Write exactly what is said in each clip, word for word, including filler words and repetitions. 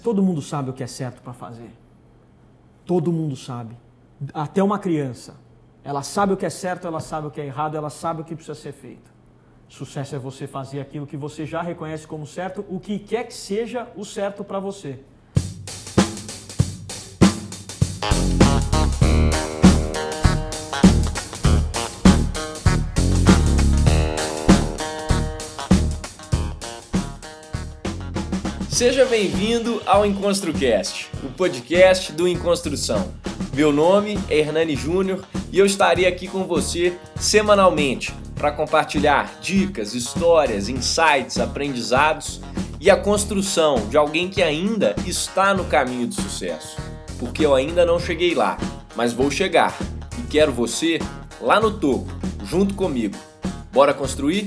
Todo mundo sabe o que é certo para fazer. Todo mundo sabe. Até uma criança. Ela sabe o que é certo, ela sabe o que é errado, ela sabe o que precisa ser feito. Sucesso é você fazer aquilo que você já reconhece como certo, o que quer que seja o certo para você. Seja bem-vindo ao EnconstruCast, o podcast do Enconstrução. Meu nome é Hernani Júnior e eu estarei aqui com você semanalmente para compartilhar dicas, histórias, insights, aprendizados e a construção de alguém que ainda está no caminho do sucesso. Porque eu ainda não cheguei lá, mas vou chegar e quero você lá no topo, junto comigo. Bora construir?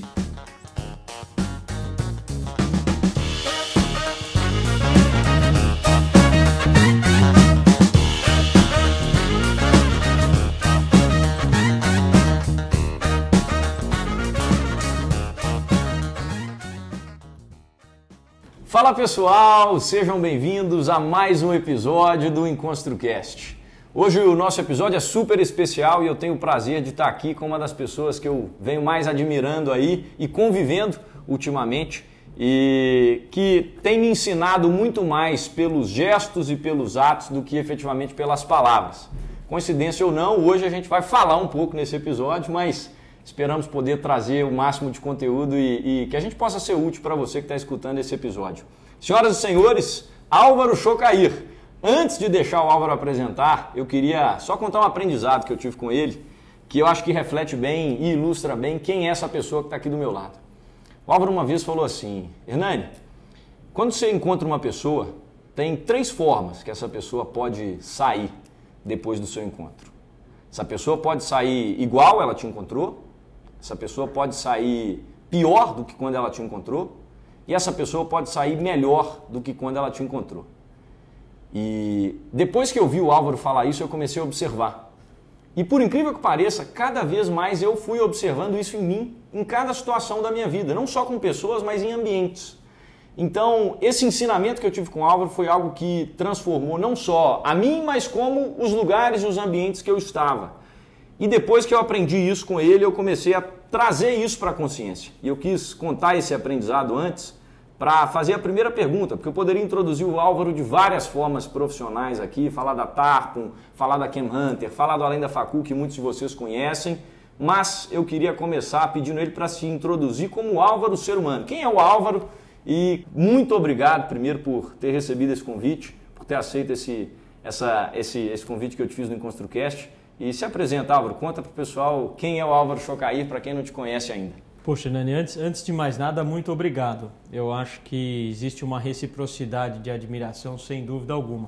Fala pessoal, sejam bem-vindos a mais um episódio do EnconstruCast. Hoje o nosso episódio é super especial e eu tenho o prazer de estar aqui com uma das pessoas que eu venho mais admirando aí e convivendo ultimamente e que tem me ensinado muito mais pelos gestos e pelos atos do que efetivamente pelas palavras. Coincidência ou não, hoje a gente vai falar um pouco nesse episódio, mas esperamos poder trazer o máximo de conteúdo e, e que a gente possa ser útil para você que está escutando esse episódio. Senhoras e senhores, Álvaro Chocair. Antes de deixar o Álvaro apresentar, eu queria só contar um aprendizado que eu tive com ele, que eu acho que reflete bem e ilustra bem quem é essa pessoa que está aqui do meu lado. O Álvaro uma vez falou assim: Hernani, quando você encontra uma pessoa, tem três formas que essa pessoa pode sair depois do seu encontro. Essa pessoa pode sair igual ela te encontrou, essa pessoa pode sair pior do que quando ela te encontrou e essa pessoa pode sair melhor do que quando ela te encontrou. E depois que eu vi o Álvaro falar isso, eu comecei a observar. E por incrível que pareça, cada vez mais eu fui observando isso em mim, em cada situação da minha vida, não só com pessoas, mas em ambientes. Então, esse ensinamento que eu tive com o Álvaro foi algo que transformou não só a mim, mas como os lugares e os ambientes que eu estava. E depois que eu aprendi isso com ele, eu comecei a trazer isso para a consciência. E eu quis contar esse aprendizado antes para fazer a primeira pergunta, porque eu poderia introduzir o Álvaro de várias formas profissionais aqui, falar da Tarpon, falar da Chem Hunter, falar do Além da Facu, que muitos de vocês conhecem, mas eu queria começar pedindo ele para se introduzir como Álvaro ser humano. Quem é o Álvaro? E muito obrigado primeiro por ter recebido esse convite, por ter aceito esse, essa, esse, esse convite que eu te fiz no EnconstruCast. E se apresenta, Álvaro, conta para o pessoal quem é o Álvaro Chocair, para quem não te conhece ainda. Poxa, Nani, antes, antes de mais nada, muito obrigado. Eu acho que existe uma reciprocidade de admiração, sem dúvida alguma.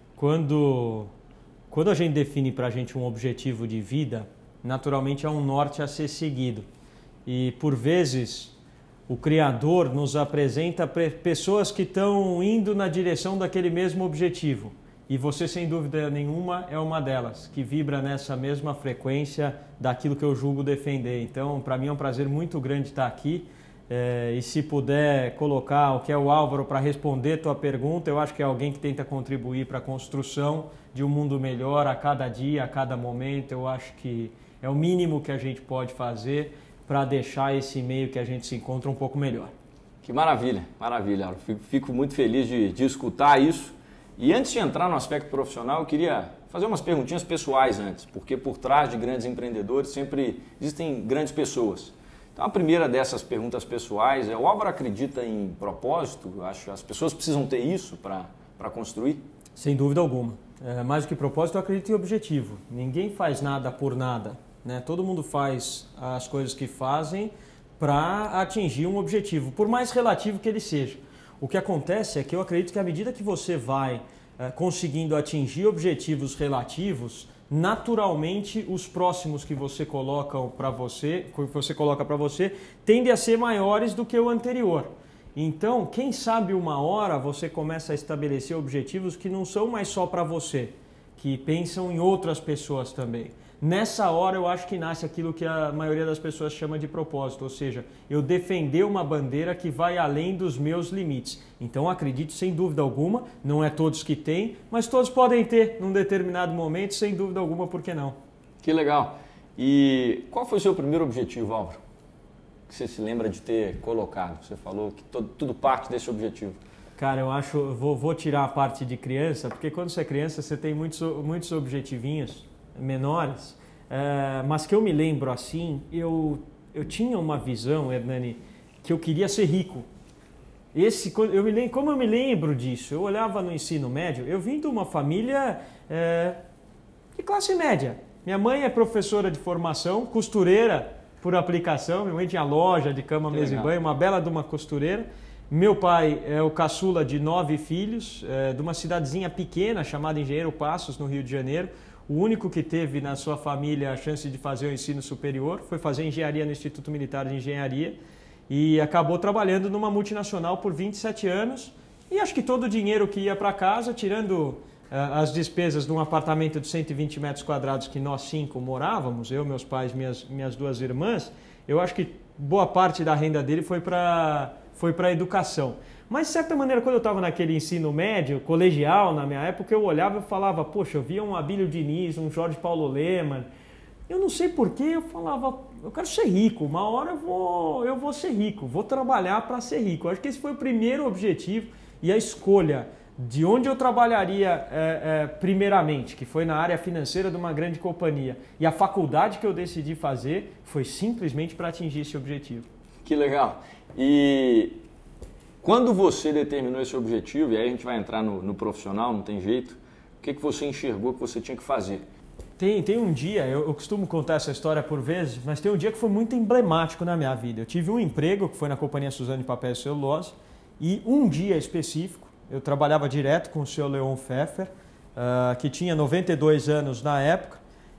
Quando, quando a gente define para a gente um objetivo de vida, naturalmente há um norte a ser seguido. E, por vezes, o Criador nos apresenta pessoas que estão indo na direção daquele mesmo objetivo. E você, sem dúvida nenhuma, é uma delas, que vibra nessa mesma frequência daquilo que eu julgo defender. Então, para mim é um prazer muito grande estar aqui. É, e se puder colocar o que é o Álvaro para responder tua pergunta, eu acho que é alguém que tenta contribuir para a construção de um mundo melhor a cada dia, a cada momento. Eu acho que é o mínimo que a gente pode fazer para deixar esse meio que a gente se encontra um pouco melhor. Que maravilha, maravilha. Fico, fico muito feliz de, de escutar isso. E antes de entrar no aspecto profissional, eu queria fazer umas perguntinhas pessoais antes, porque por trás de grandes empreendedores sempre existem grandes pessoas. Então a primeira dessas perguntas pessoais é: o Álvaro acredita em propósito? Eu acho que as pessoas precisam ter isso para para construir? Sem dúvida alguma. É, mais do que propósito, eu acredito em objetivo. Ninguém faz nada por nada, né? Todo mundo faz as coisas que fazem para atingir um objetivo, por mais relativo que ele seja. O que acontece é que eu acredito que à medida que você vai é, conseguindo atingir objetivos relativos, naturalmente os próximos que você coloca para você, que você coloca para você, tendem a ser maiores do que o anterior. Então, quem sabe uma hora você começa a estabelecer objetivos que não são mais só para você, que pensam em outras pessoas também. Nessa hora eu acho que nasce aquilo que a maioria das pessoas chama de propósito, ou seja, eu defender uma bandeira que vai além dos meus limites. Então acredito sem dúvida alguma, não é todos que têm, mas todos podem ter num determinado momento, sem dúvida alguma, por que não? Que legal. E qual foi o seu primeiro objetivo, Álvaro? Que você se lembra de ter colocado? Você falou que todo, tudo parte desse objetivo. Cara, eu acho, eu vou, vou tirar a parte de criança, porque quando você é criança você tem muitos, muitos objetivinhos menores, é, mas que eu me lembro assim, eu, eu tinha uma visão, Hernani, que eu queria ser rico. Esse, eu me lembro, como eu me lembro disso? Eu olhava no ensino médio, eu vim de uma família é, de classe média. Minha mãe é professora de formação, costureira por aplicação, minha mãe tinha loja de cama, que mesa legal. e banho, uma bela de uma costureira. Meu pai é o caçula de nove filhos, é, de uma cidadezinha pequena chamada Engenheiro Passos, no Rio de Janeiro. O único que teve na sua família a chance de fazer o ensino superior, foi fazer engenharia no Instituto Militar de Engenharia e acabou trabalhando numa multinacional por vinte e sete anos. E acho que todo o dinheiro que ia para casa, tirando uh, as despesas de um apartamento de cento e vinte metros quadrados que nós cinco morávamos, eu, meus pais, minhas, minhas duas irmãs, eu acho que boa parte da renda dele foi para foi para a educação. Mas, de certa maneira, quando eu estava naquele ensino médio, colegial, na minha época, eu olhava e falava, poxa, eu via um Abílio Diniz, um Jorge Paulo Lemann. Eu não sei porquê, eu falava, eu quero ser rico, uma hora eu vou, eu vou ser rico, vou trabalhar para ser rico. Eu acho que esse foi o primeiro objetivo e a escolha de onde eu trabalharia é, é, primeiramente, que foi na área financeira de uma grande companhia. E a faculdade que eu decidi fazer foi simplesmente para atingir esse objetivo. Que legal. E quando você determinou esse objetivo, e aí a gente vai entrar no, no profissional, não tem jeito, o que, que você enxergou que você tinha que fazer? Tem, tem um dia, eu, eu costumo contar essa história por vezes, mas tem um dia que foi muito emblemático na minha vida. Eu tive um emprego, que foi na Companhia Suzano de Papel e Celulose, e um dia específico, eu trabalhava direto com o senhor Leon Pfeffer, uh, que tinha noventa e dois anos na época,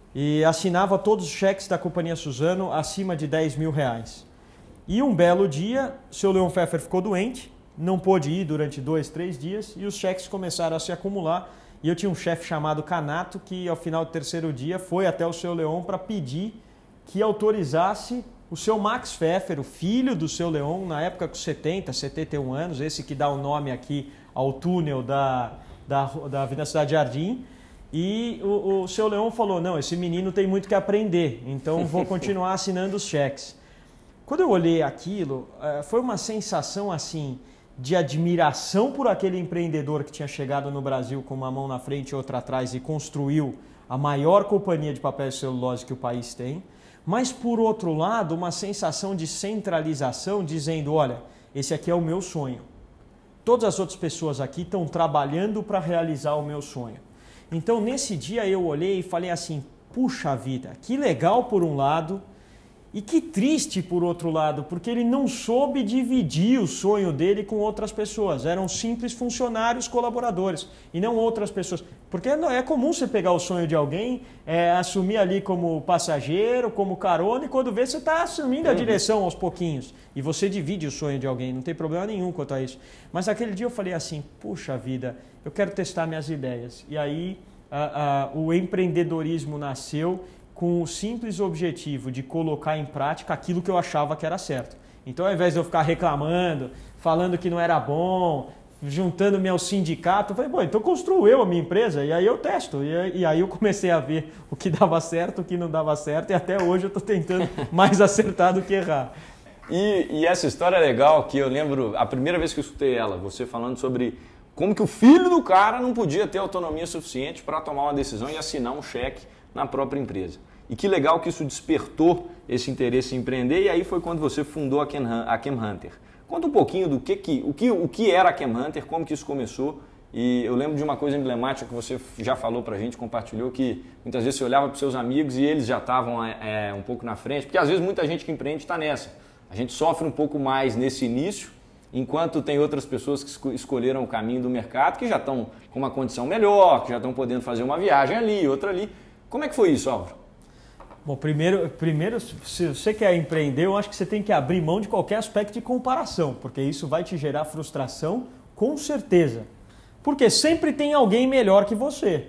e assinava todos os cheques da Companhia Suzano acima de dez mil reais. E um belo dia, o senhor Leon Pfeffer ficou doente, não pôde ir durante dois, três dias, e os cheques começaram a se acumular. E eu tinha um chefe chamado Canato, que ao final do terceiro dia foi até o senhor Leon para pedir que autorizasse o seu Max Pfeffer, o filho do seu Leon, na época com setenta, setenta e um anos, esse que dá o nome aqui ao túnel da, da, da Avenida Cidade Jardim. E o, o seu Leon falou, não, esse menino tem muito que aprender, então vou continuar assinando os cheques. Quando eu olhei aquilo, foi uma sensação assim de admiração por aquele empreendedor que tinha chegado no Brasil com uma mão na frente e outra atrás e construiu a maior companhia de papel e celulose que o país tem, mas por outro lado uma sensação de centralização dizendo, olha, esse aqui é o meu sonho. Todas as outras pessoas aqui estão trabalhando para realizar o meu sonho. Então nesse dia eu olhei e falei assim, puxa vida, que legal por um lado, e que triste, por outro lado, porque ele não soube dividir o sonho dele com outras pessoas. Eram simples funcionários colaboradores e não outras pessoas. Porque é comum você pegar o sonho de alguém, é, assumir ali como passageiro, como carona, e quando vê, você está assumindo a direção aos pouquinhos. E você divide o sonho de alguém, não tem problema nenhum quanto a isso. Mas naquele dia eu falei assim, puxa vida, eu quero testar minhas ideias. E aí a, a, o empreendedorismo nasceu com o simples objetivo de colocar em prática aquilo que eu achava que era certo. Então, ao invés de eu ficar reclamando, falando que não era bom, juntando-me ao sindicato, eu falei, bom, então construo eu a minha empresa e aí eu testo. E, e aí eu comecei a ver o que dava certo, o que não dava certo, e até hoje eu estou tentando mais acertar do que errar. E, e essa história é legal, que eu lembro, a primeira vez que eu escutei ela, você falando sobre como que o filho do cara não podia ter autonomia suficiente para tomar uma decisão e assinar um cheque na própria empresa. E que legal que isso despertou esse interesse em empreender, e aí foi quando você fundou a Chem Hunter. Conta um pouquinho do que, que, o, que, o que era a Chem Hunter, como que isso começou, e eu lembro de uma coisa emblemática que você já falou pra gente, compartilhou, que muitas vezes você olhava para os seus amigos e eles já estavam é, um pouco na frente, porque às vezes muita gente que empreende está nessa. A gente sofre um pouco mais nesse início, enquanto tem outras pessoas que escolheram o caminho do mercado, que já estão com uma condição melhor, que já estão podendo fazer uma viagem ali, outra ali. Como é que foi isso, Álvaro? Bom, primeiro, primeiro, se você quer empreender, eu acho que você tem que abrir mão de qualquer aspecto de comparação, porque isso vai te gerar frustração, com certeza. Porque sempre tem alguém melhor que você.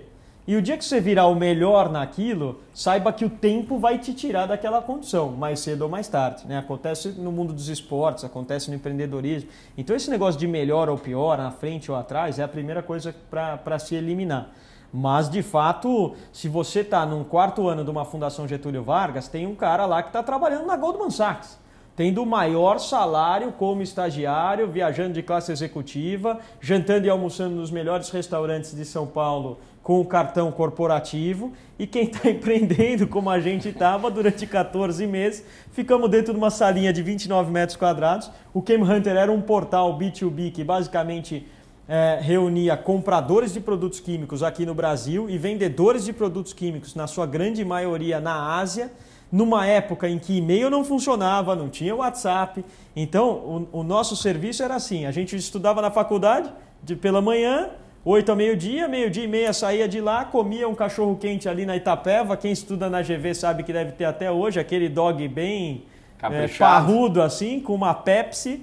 E o dia que você virar o melhor naquilo, saiba que o tempo vai te tirar daquela condição, mais cedo ou mais tarde. Né? Acontece no mundo dos esportes, acontece no empreendedorismo. Então esse negócio de melhor ou pior, na frente ou atrás, é a primeira coisa para se eliminar. Mas, de fato, se você está num quarto ano de uma Fundação Getúlio Vargas, tem um cara lá que está trabalhando na Goldman Sachs, tendo o maior salário como estagiário, viajando de classe executiva, jantando e almoçando nos melhores restaurantes de São Paulo com o cartão corporativo, e quem está empreendendo como a gente estava durante quatorze meses, ficamos dentro de uma salinha de vinte e nove metros quadrados. O ChemHunter era um portal B dois B que basicamente é, reunia compradores de produtos químicos aqui no Brasil e vendedores de produtos químicos, na sua grande maioria na Ásia, numa época em que e-mail não funcionava, não tinha WhatsApp. Então, o, o nosso serviço era assim, a gente estudava na faculdade de, pela manhã, oito ao meio-dia, meio-dia e meia saía de lá, comia um cachorro-quente ali na Itapeva. Quem estuda na G V sabe que deve ter até hoje, aquele dog bem é, parrudo assim, com uma Pepsi,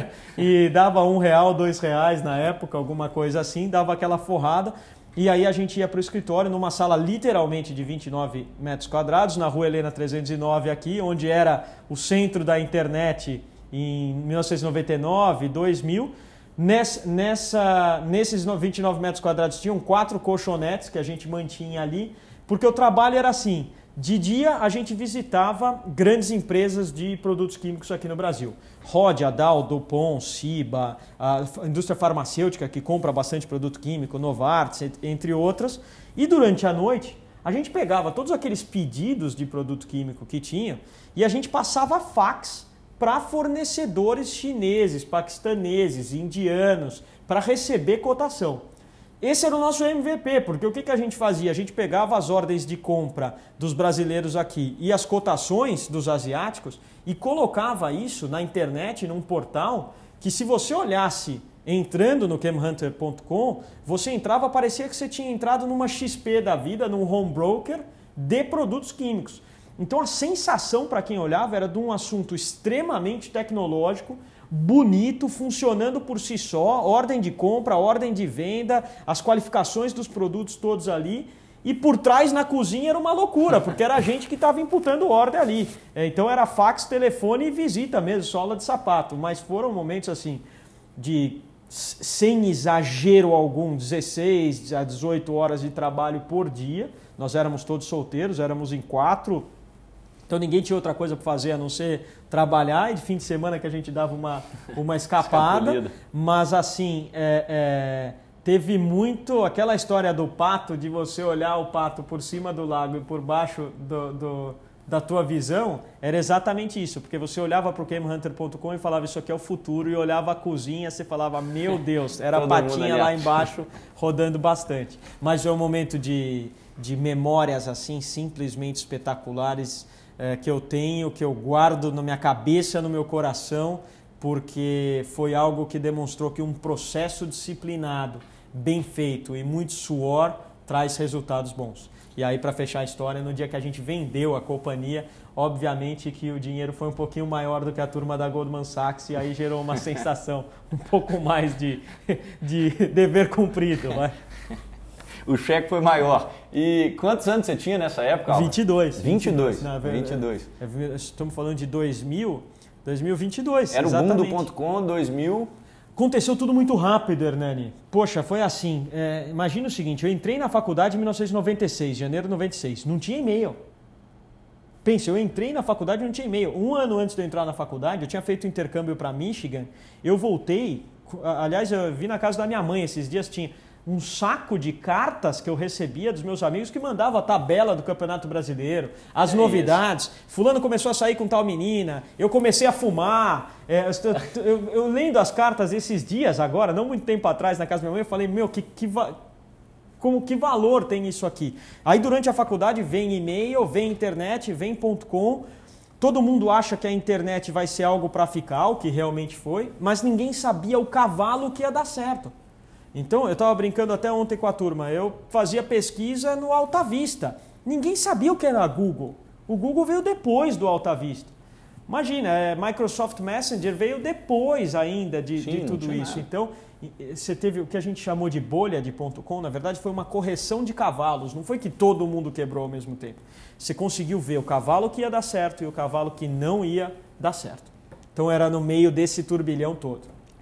e dava um real, dois reais na época, alguma coisa assim, dava aquela forrada. E aí a gente ia para o escritório numa sala literalmente de vinte e nove metros quadrados, na Rua Helena trezentos e nove aqui, onde era o centro da internet em mil novecentos e noventa e nove, dois mil. Nessa, nessa, nesses vinte e nove metros quadrados tinham quatro colchonetes que a gente mantinha ali, porque o trabalho era assim, de dia a gente visitava grandes empresas de produtos químicos aqui no Brasil. Rod, Adal, Dupont, Ciba, a indústria farmacêutica que compra bastante produto químico, Novartis, entre outras. E durante a noite a gente pegava todos aqueles pedidos de produto químico que tinha e a gente passava fax para fornecedores chineses, paquistaneses, indianos, para receber cotação. Esse era o nosso M V P, porque o que, que a gente fazia? A gente pegava as ordens de compra dos brasileiros aqui e as cotações dos asiáticos e colocava isso na internet, num portal, que se você olhasse entrando no chem hunter ponto com, você entrava, parecia que você tinha entrado numa X P da vida, num home broker de produtos químicos. Então a sensação para quem olhava era de um assunto extremamente tecnológico, bonito, funcionando por si só, ordem de compra, ordem de venda, as qualificações dos produtos todos ali. E por trás na cozinha era uma loucura, porque era a gente que estava imputando ordem ali. Então era fax, telefone e visita mesmo, sola de sapato. Mas foram momentos assim de, sem exagero algum, dezesseis a dezoito horas de trabalho por dia. Nós éramos todos solteiros, éramos em quatro. Então ninguém tinha outra coisa para fazer a não ser trabalhar, e de fim de semana que a gente dava uma, uma escapada. Escapulida. Mas assim, é, é, teve muito aquela história do pato, de você olhar o pato por cima do lago e por baixo do, do, da tua visão, era exatamente isso. Porque você olhava para o chem hunter ponto com e falava isso aqui é o futuro, e olhava a cozinha, você falava, meu Deus, era a patinha lá embaixo rodando bastante. Mas é um momento de, de memórias assim simplesmente espetaculares, É, que eu tenho, que eu guardo na minha cabeça, no meu coração, porque foi algo que demonstrou que um processo disciplinado, bem feito e muito suor traz resultados bons. E aí, para fechar a história, no dia que a gente vendeu a companhia, obviamente que o dinheiro foi um pouquinho maior do que a turma da Goldman Sachs, e aí gerou uma sensação um pouco mais de, de dever cumprido. Vai. O cheque foi maior. E quantos anos você tinha nessa época, Álvaro? vinte e dois. vinte e dois. Na vinte e dois. Estamos falando de dois mil, dois mil e vinte e dois. Era exatamente. O boom do ponto com, dois mil. Aconteceu tudo muito rápido, Hernani. Poxa, foi assim. É, imagina o seguinte, eu entrei na faculdade em mil novecentos e noventa e seis, janeiro de noventa e seis. Não tinha e-mail. Pensa, eu entrei na faculdade e não tinha e-mail. Um ano antes de eu entrar na faculdade, eu tinha feito intercâmbio para Michigan. Eu voltei, aliás, eu vi na casa da minha mãe esses dias, tinha um saco de cartas que eu recebia dos meus amigos que mandavam a tabela do Campeonato Brasileiro, as é novidades. Isso. Fulano começou a sair com tal menina, eu comecei a fumar. É, eu, eu, eu lendo as cartas esses dias agora, não muito tempo atrás, na casa da minha mãe, eu falei, meu, que, que, como, que valor tem isso aqui? Aí durante a faculdade vem e-mail, vem internet, vem ponto com. Todo mundo acha que a internet vai ser algo para ficar, o que realmente foi, mas ninguém sabia o cavalo que ia dar certo. Então, eu estava brincando até ontem com a turma, eu fazia pesquisa no Alta Vista. Ninguém sabia o que era Google. O Google veio depois do Alta Vista. Imagina, é, Microsoft Messenger veio depois ainda de, Sim, de tudo não tinha isso. nada. Então, você teve o que a gente chamou de bolha de ponto com, na verdade foi uma correção de cavalos, não foi que todo mundo quebrou ao mesmo tempo. Você conseguiu ver o cavalo que ia dar certo e o cavalo que não ia dar certo. Então era no meio desse turbilhão todo.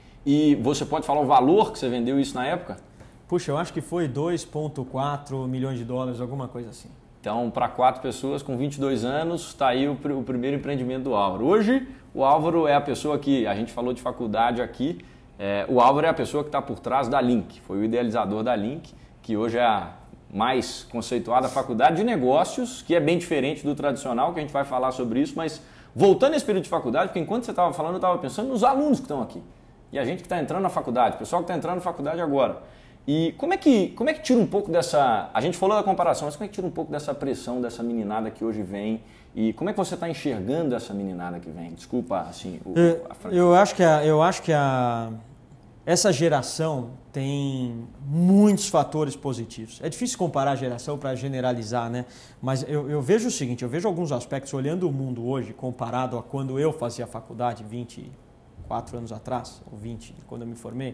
E você pode falar o valor que você vendeu isso na época? Puxa, eu acho que foi dois vírgula quatro milhões de dólares, alguma coisa assim. Então, para quatro pessoas com vinte e dois anos, está aí o, o primeiro empreendimento do Álvaro. Hoje, o Álvaro é a pessoa que, a gente falou de faculdade aqui, é, o Álvaro é a pessoa que está por trás da Link, foi o idealizador da Link, que hoje é a mais conceituada faculdade de negócios, que é bem diferente do tradicional, que a gente vai falar sobre isso, mas voltando nesse período de faculdade, porque enquanto você estava falando, eu estava pensando nos alunos que estão aqui. E a gente que está entrando na faculdade, o pessoal que está entrando na faculdade agora. E como é, que, como é que tira um pouco dessa... A gente falou da comparação, mas como é que tira um pouco dessa pressão dessa meninada que hoje vem? E como é que você está enxergando essa meninada que vem? Desculpa, assim... O, eu, a eu acho que, a, eu acho que a, essa geração tem muitos fatores positivos. É difícil comparar a geração para generalizar, né? Mas eu, eu vejo o seguinte, eu vejo alguns aspectos, olhando o mundo hoje, comparado a quando eu fazia faculdade, vinte quatro anos atrás, ou vinte, quando eu me formei,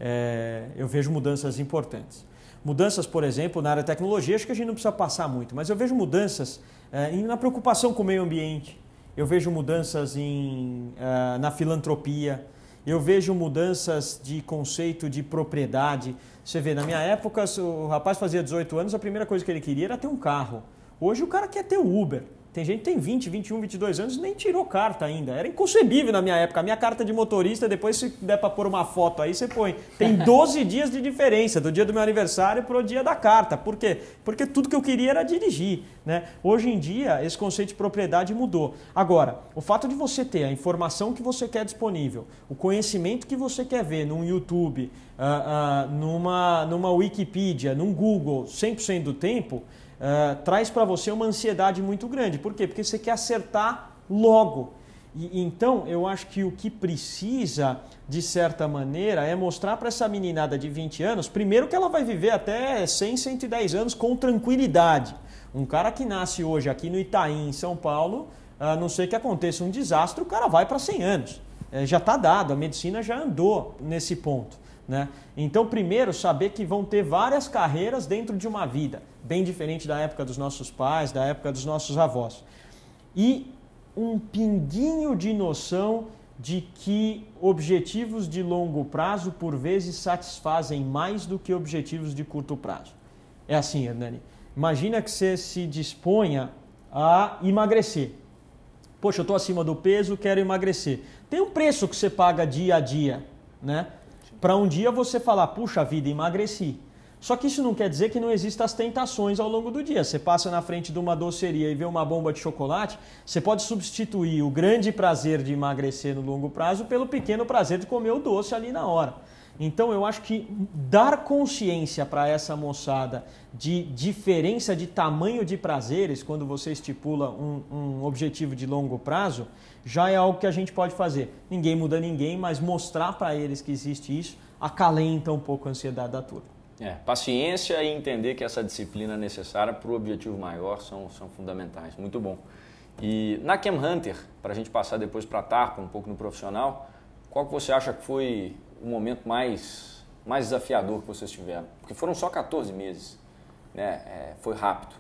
é, eu vejo mudanças importantes. Mudanças, por exemplo, na área de tecnologia, acho que a gente não precisa passar muito, mas eu vejo mudanças é, na preocupação com o meio ambiente, eu vejo mudanças em, é, na filantropia, eu vejo mudanças de conceito de propriedade. Você vê, na minha época, o rapaz fazia dezoito anos, a primeira coisa que ele queria era ter um carro. Hoje o cara quer ter o Uber. Tem gente que tem vinte, vinte e um, vinte e dois anos e nem tirou carta ainda. Era inconcebível na minha época. A minha carta de motorista, depois se der para pôr uma foto aí, você põe. Tem doze dias de diferença do dia do meu aniversário para o dia da carta. Por quê? Porque tudo que eu queria era dirigir, né? Hoje em dia, esse conceito de propriedade mudou. Agora, o fato de você ter a informação que você quer disponível, o conhecimento que você quer ver num YouTube, uh, uh, numa, numa Wikipedia, num Google, cem por cento do tempo... Uh, traz para você uma ansiedade muito grande. Por quê? Porque você quer acertar logo. E, então, eu acho que o que precisa, de certa maneira, é mostrar para essa meninada de vinte anos, primeiro que ela vai viver até cem, cento e dez anos com tranquilidade. Um cara que nasce hoje aqui no Itaim, em São Paulo, a não ser que aconteça um desastre, o cara vai para cem anos. É, já está dado, a medicina já andou nesse ponto. Né? Então, primeiro, saber que vão ter várias carreiras dentro de uma vida, bem diferente da época dos nossos pais, da época dos nossos avós. E um pinguinho de noção de que objetivos de longo prazo, por vezes, satisfazem mais do que objetivos de curto prazo. É assim, Hernani. Imagina que você se disponha a emagrecer. Poxa, eu estou acima do peso, quero emagrecer. Tem um preço que você paga dia a dia, né? Para um dia você falar, puxa vida, emagreci. Só que isso não quer dizer que não existam as tentações ao longo do dia. Você passa na frente de uma doceria e vê uma bomba de chocolate, você pode substituir o grande prazer de emagrecer no longo prazo pelo pequeno prazer de comer o doce ali na hora. Então eu acho que dar consciência para essa moçada de diferença de tamanho de prazeres quando você estipula um, um objetivo de longo prazo já é algo que a gente pode fazer. Ninguém muda ninguém, mas mostrar para eles que existe isso acalenta um pouco a ansiedade da turma. É, paciência e entender que essa disciplina necessária para o objetivo maior são, são fundamentais. Muito bom. E na Chem Hunter, para a gente passar depois para a Tarpa, um pouco no profissional, qual que você acha que foi o momento mais, mais desafiador que vocês tiveram? Porque foram só quatorze meses, né? É, foi rápido.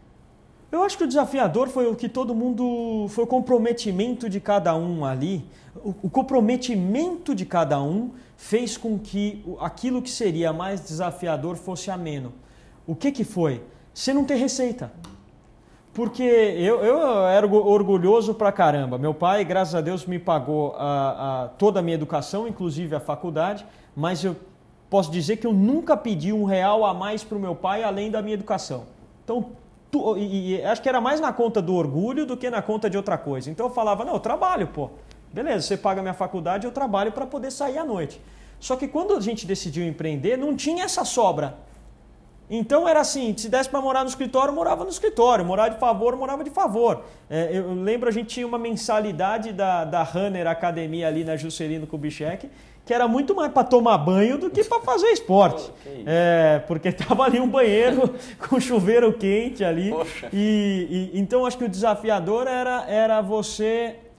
Eu acho que o desafiador foi o que todo mundo... Foi o comprometimento de cada um ali. O, o comprometimento de cada um fez com que aquilo que seria mais desafiador fosse ameno. O que que foi? Você não ter receita. Porque eu, eu era orgulhoso pra caramba. Meu pai, graças a Deus, me pagou a, a, toda a minha educação, inclusive a faculdade, mas eu posso dizer que eu nunca pedi um real a mais para o meu pai além da minha educação. Então, tu, e, e, acho que era mais na conta do orgulho do que na conta de outra coisa. Então eu falava, não, eu trabalho, pô. Beleza, você paga a minha faculdade, eu trabalho para poder sair à noite. Só que quando a gente decidiu empreender, não tinha essa sobra. Então era assim, se desse para morar no escritório, morava no escritório, morar de favor, morava de favor. É, eu lembro, a gente tinha uma mensalidade da, da Runner Academia ali na Juscelino Kubitschek, que era muito mais para tomar banho do que para fazer esporte. É, porque estava ali um banheiro com chuveiro quente ali. E, e, então acho que o desafiador era, era você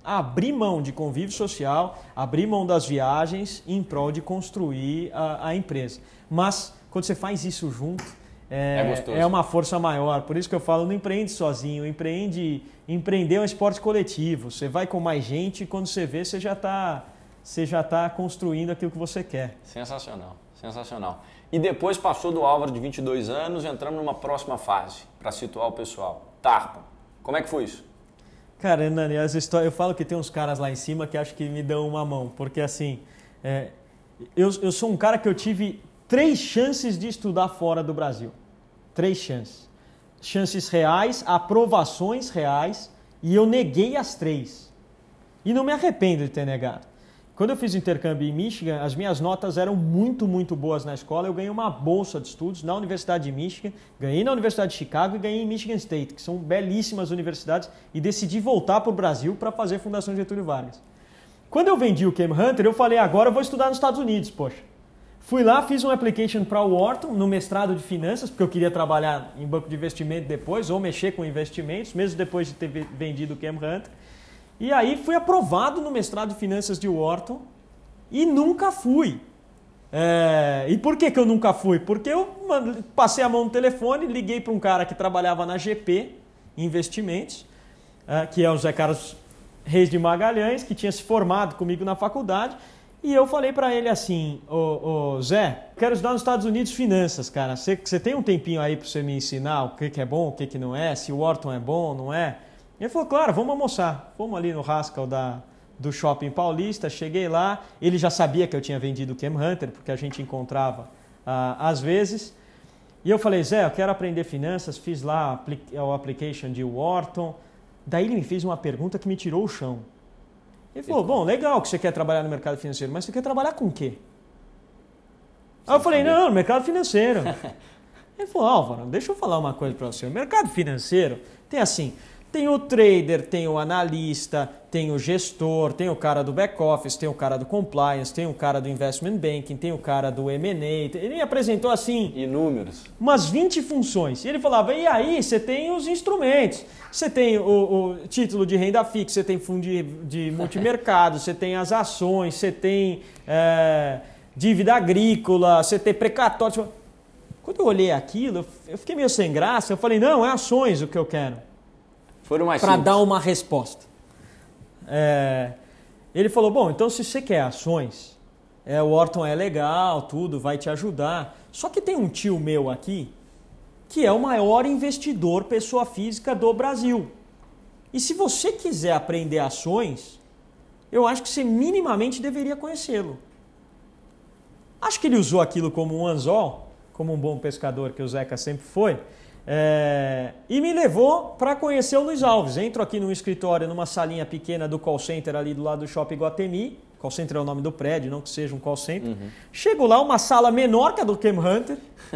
abrir mão de convívio social, abrir mão das viagens em prol de construir a, a empresa. Mas quando você faz isso junto, é, é, é uma força maior. Por isso que eu falo, não empreende sozinho, empreende, empreender é um esporte coletivo. Você vai com mais gente e quando você vê, você já está você já tá construindo aquilo que você quer. Sensacional, sensacional. E depois passou do Álvaro de vinte e dois anos, entramos numa próxima fase, para situar o pessoal. Tarpa, como é que foi isso? Cara, Hernani, as histórias, eu falo que tem uns caras lá em cima que acho que me dão uma mão, porque assim, é, eu, eu sou um cara que eu tive três chances de estudar fora do Brasil. Três chances. Chances reais, aprovações reais, e eu neguei as três. E não me arrependo de ter negado. Quando eu fiz o intercâmbio em Michigan, as minhas notas eram muito, muito boas na escola. Eu ganhei uma bolsa de estudos na Universidade de Michigan, ganhei na Universidade de Chicago e ganhei em Michigan State, que são belíssimas universidades, e decidi voltar para o Brasil para fazer a Fundação Getúlio Vargas. Quando eu vendi o Chem Hunter, eu falei, agora eu vou estudar nos Estados Unidos, poxa. Fui lá, fiz um application para o Wharton, no mestrado de finanças, porque eu queria trabalhar em banco de investimento depois, ou mexer com investimentos, mesmo depois de ter vendido o Chem Hunter. E aí fui aprovado no mestrado de finanças de Wharton e nunca fui. É... E por que que eu nunca fui? Porque eu passei a mão no telefone, liguei para um cara que trabalhava na G P Investimentos, é, que é o Zé Carlos Reis de Magalhães, que tinha se formado comigo na faculdade, e eu falei para ele assim, ô, ô, Zé, quero estudar nos Estados Unidos finanças, cara, você tem um tempinho aí para você me ensinar o que, que é bom, o que, que não é, se o Wharton é bom, não é? Ele falou, claro, vamos almoçar. Fomos ali no Haskell da, do Shopping Paulista, cheguei lá, ele já sabia que eu tinha vendido o Chem Hunter, porque a gente encontrava ah, às vezes. E eu falei, Zé, eu quero aprender finanças, fiz lá o application de Wharton. Daí ele me fez uma pergunta que me tirou o chão. Ele falou, bom, legal que você quer trabalhar no mercado financeiro, mas você quer trabalhar com o quê? Aí eu falei, não, no mercado financeiro. Ele falou, Álvaro, deixa eu falar uma coisa para você. O mercado financeiro tem assim... Tem o trader, tem o analista, tem o gestor, tem o cara do back-office, tem o cara do compliance, tem o cara do investment banking, tem o cara do M and A. Ele me apresentou assim... Inúmeros. Umas vinte funções. E ele falava, e aí você tem os instrumentos. Você tem o, o título de renda fixa, você tem fundo de, de multimercado, você tem as ações, você tem é, dívida agrícola, você tem precatório. Quando eu olhei aquilo, eu fiquei meio sem graça. Eu falei, não, é ações o que eu quero. Para dar uma resposta. É, ele falou, bom, então se você quer ações, é, o Wharton é legal, tudo, vai te ajudar. Só que tem um tio meu aqui, que é o maior investidor pessoa física do Brasil. E se você quiser aprender ações, eu acho que você minimamente deveria conhecê-lo. Acho que ele usou aquilo como um anzol, como um bom pescador que o Zeca sempre foi, É, e me levou para conhecer o Luiz Alves. Entro aqui no escritório, numa salinha pequena do call center ali do lado do Shopping Guatemi. Call center é o nome do prédio, não que seja um call center. Uhum. Chego lá, uma sala menor que a do Chem Hunter.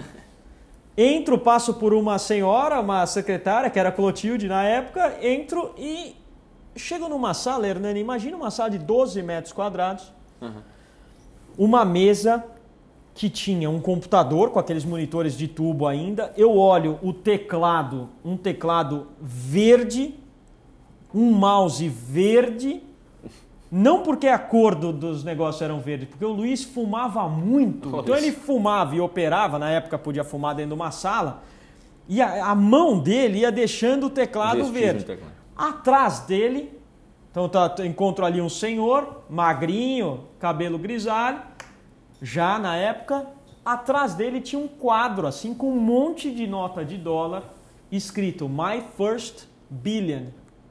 Entro, passo por uma senhora, uma secretária, que era Clotilde na época. Entro e chego numa sala, Hernani, imagina uma sala de doze metros quadrados. Uhum. Uma mesa... que tinha um computador com aqueles monitores de tubo ainda. Eu olho o teclado, um teclado verde, um mouse verde, não porque a cor do, dos negócios eram verdes, porque o Luiz fumava muito. Nossa. Então ele fumava e operava, na época podia fumar dentro de uma sala, e a, a mão dele ia deixando o teclado Vestígio verde. Teclado. Atrás dele, então tá, encontro ali um senhor, magrinho, cabelo grisalho, já na época, atrás dele tinha um quadro assim com um monte de nota de dólar escrito My First Billion.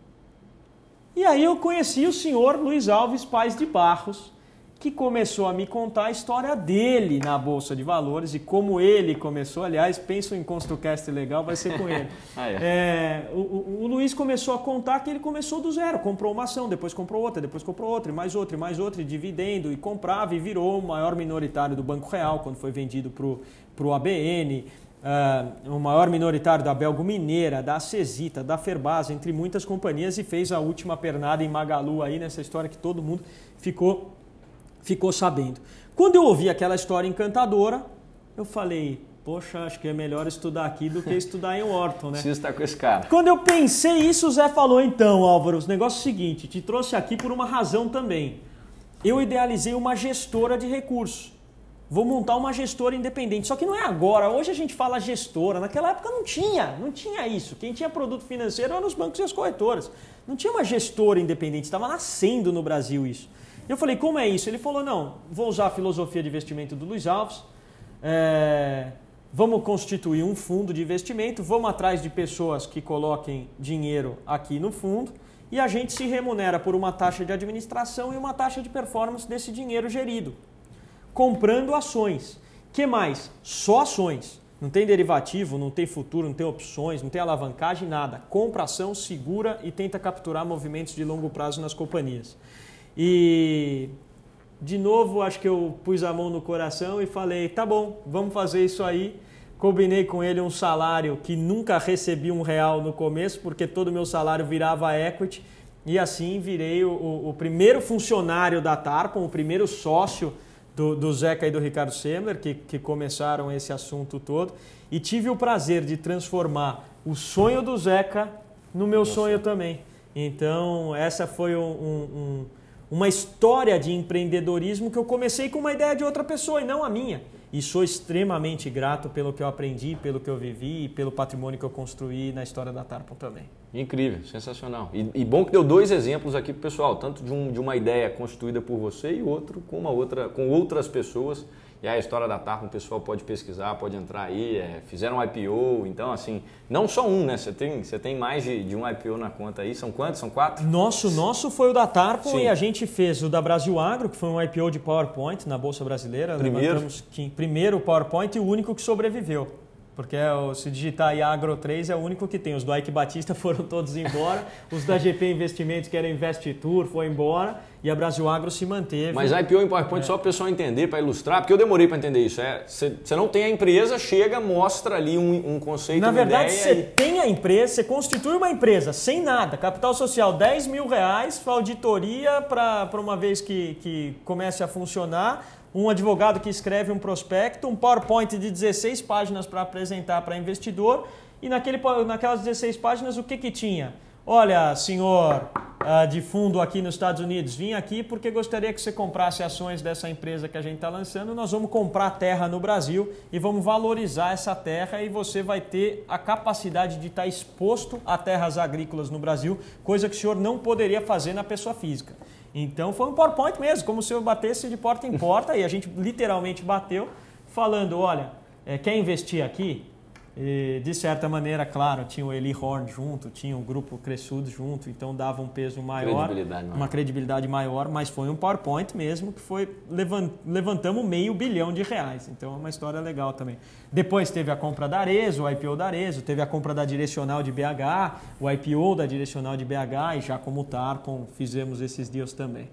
E aí eu conheci o senhor Luiz Alves Paz de Barros, que começou a me contar a história dele na Bolsa de Valores e como ele começou. Aliás, penso em ConstruCast legal, vai ser com ele. ah, é. É, o, o, o Luiz começou a contar que ele começou do zero, comprou uma ação, depois comprou outra, depois comprou outra, e mais outra, e mais outra, e dividendo, e comprava, e virou o maior minoritário do Banco Real, quando foi vendido para o A B N, uh, o maior minoritário da Belgo Mineira, da Acesita, da Ferbasa, entre muitas companhias, e fez a última pernada em Magalu aí, nessa história que todo mundo ficou... ficou sabendo. Quando eu ouvi aquela história encantadora, eu falei, poxa, acho que é melhor estudar aqui do que estudar em Wharton, né? Precisa estar com esse cara. Quando eu pensei isso, o Zé falou, então, Álvaro, o negócio é o seguinte, te trouxe aqui por uma razão também. Eu idealizei uma gestora de recursos. Vou montar uma gestora independente. Só que não é agora. Hoje a gente fala gestora. Naquela época não tinha. Não tinha isso. Quem tinha produto financeiro eram os bancos e as corretoras. Não tinha uma gestora independente. Estava nascendo no Brasil isso. Eu falei, como é isso? Ele falou, não, vou usar a filosofia de investimento do Luiz Alves. É, vamos constituir um fundo de investimento. Vamos atrás de pessoas que coloquem dinheiro aqui no fundo. E a gente se remunera por uma taxa de administração e uma taxa de performance desse dinheiro gerido. Comprando ações. Que mais? Só ações. Não tem derivativo, não tem futuro, não tem opções, não tem alavancagem, nada. Compra ação, segura e tenta capturar movimentos de longo prazo nas companhias. E, de novo, acho que eu pus a mão no coração e falei, tá bom, vamos fazer isso aí. Combinei com ele um salário que nunca recebi um real no começo, porque todo o meu salário virava equity. E assim virei o, o, o primeiro funcionário da Tarpon, o primeiro sócio Do, do Zeca e do Ricardo Semler, que, que começaram esse assunto todo, e tive o prazer de transformar o sonho do Zeca no meu Nossa. sonho também. Então, essa foi um, um, uma história de empreendedorismo que eu comecei com uma ideia de outra pessoa e não a minha. E sou extremamente grato pelo que eu aprendi, pelo que eu vivi e pelo patrimônio que eu construí na história da Tarpon também. Incrível, sensacional. E, e bom que deu dois exemplos aqui para o pessoal, tanto de, um, de uma ideia constituída por você e outro com, uma outra, com outras pessoas. E aí a história da Tarpon o pessoal pode pesquisar, pode entrar aí, é, fizeram um I P O, então assim, não só um, né? Você tem, você tem mais de, de um I P O na conta aí, são quantos? São quatro? Nosso, nosso foi o da Tarpon. Sim. E a gente fez o da Brasil Agro, que foi um I P O de PowerPoint na Bolsa Brasileira. Primeiro? Que, primeiro o PowerPoint e o único que sobreviveu. Porque se digitar aí Agro três é o único que tem. Os do Ike Batista foram todos embora, os da G P Investimentos, que era Investitour, foi embora e a Brasil Agro se manteve. Mas I P O em PowerPoint, é. só para o pessoal entender, para ilustrar, porque eu demorei para entender isso. Você é, não tem a empresa, chega, mostra ali um, um conceito, Na uma verdade, ideia. você e... tem a empresa, você constitui uma empresa sem nada, capital social dez mil reais, auditoria para uma vez que, que comece a funcionar, um advogado que escreve um prospecto, um PowerPoint de dezesseis páginas para apresentar para investidor e naquele, naquelas dezesseis páginas o que, que tinha? Olha, senhor uh, de fundo aqui nos Estados Unidos, vim aqui porque gostaria que você comprasse ações dessa empresa que a gente está lançando. Nós vamos comprar terra no Brasil e vamos valorizar essa terra e você vai ter a capacidade de estar exposto a terras agrícolas no Brasil, coisa que o senhor não poderia fazer na pessoa física. Então foi um PowerPoint mesmo, como se eu batesse de porta em porta e a gente literalmente bateu falando, olha, é, quer investir aqui? E, de certa maneira, claro, tinha o Eli Horn junto, tinha o grupo Cressudo junto, então dava um peso maior, credibilidade maior. uma credibilidade maior, mas foi um PowerPoint mesmo que foi, levantamos meio bilhão de reais, então é uma história legal também. Depois teve a compra da Arezzo, o I P O da Arezzo, teve a compra da Direcional de B H, o I P O da Direcional de B H e já como Tarpon fizemos esses deals também.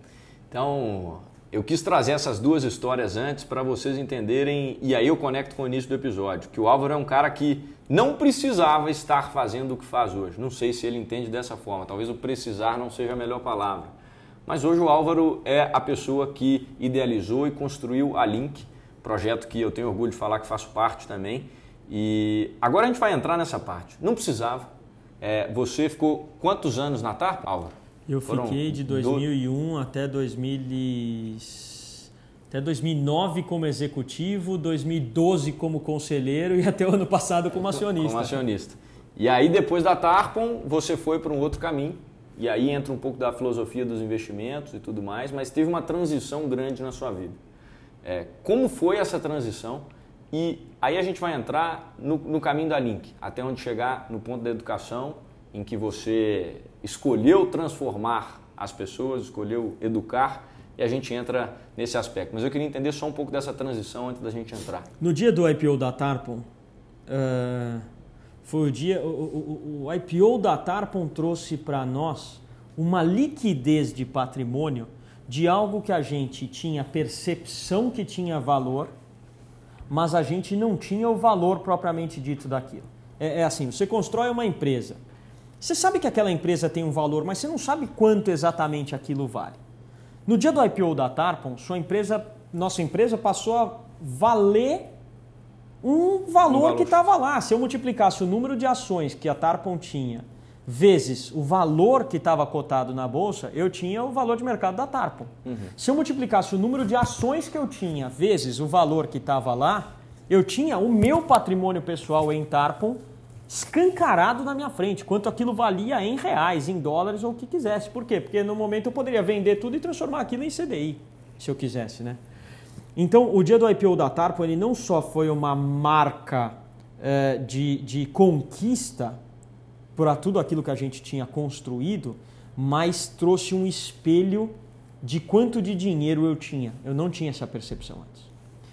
Então, eu quis trazer essas duas histórias antes para vocês entenderem, e aí eu conecto com o início do episódio, que o Álvaro é um cara que não precisava estar fazendo o que faz hoje. Não sei se ele entende dessa forma, talvez o precisar não seja a melhor palavra. Mas hoje o Álvaro é a pessoa que idealizou e construiu a Link, projeto que eu tenho orgulho de falar que faço parte também. E agora a gente vai entrar nessa parte. Não precisava. É, você ficou quantos anos na Tarpon, Álvaro? Eu Foram fiquei de dois mil e um do... até, dois mil e... até dois mil e nove como executivo, dois mil e doze como conselheiro e até o ano passado como acionista. Como acionista. E aí depois da Tarpon você foi para um outro caminho e aí entra um pouco da filosofia dos investimentos e tudo mais, mas teve uma transição grande na sua vida. É, como foi essa transição? E aí a gente vai entrar no, no caminho da Link, até onde chegar no ponto da educação, em que você escolheu transformar as pessoas, escolheu educar, e a gente entra nesse aspecto. Mas eu queria entender só um pouco dessa transição antes da gente entrar. No dia do I P O da Tarpon, uh, foi o dia, o, o, o I P O da Tarpon trouxe para nós uma liquidez de patrimônio de algo que a gente tinha percepção que tinha valor, mas a gente não tinha o valor propriamente dito daquilo. É, é assim, você constrói uma empresa, você sabe que aquela empresa tem um valor, mas você não sabe quanto exatamente aquilo vale. No dia do I P O da Tarpon, sua empresa, nossa empresa passou a valer um valor, um valor que estava lá. Se eu multiplicasse o número de ações que a Tarpon tinha vezes o valor que estava cotado na bolsa, eu tinha o valor de mercado da Tarpon. Uhum. Se eu multiplicasse o número de ações que eu tinha vezes o valor que estava lá, eu tinha o meu patrimônio pessoal em Tarpon escancarado na minha frente, quanto aquilo valia em reais, em dólares ou o que quisesse. Por quê? Porque no momento eu poderia vender tudo e transformar aquilo em C D I, se eu quisesse, né? Então, o dia do I P O da Tarpon, ele não só foi uma marca eh, de, de conquista por tudo aquilo que a gente tinha construído, mas trouxe um espelho de quanto de dinheiro eu tinha. Eu não tinha essa percepção antes.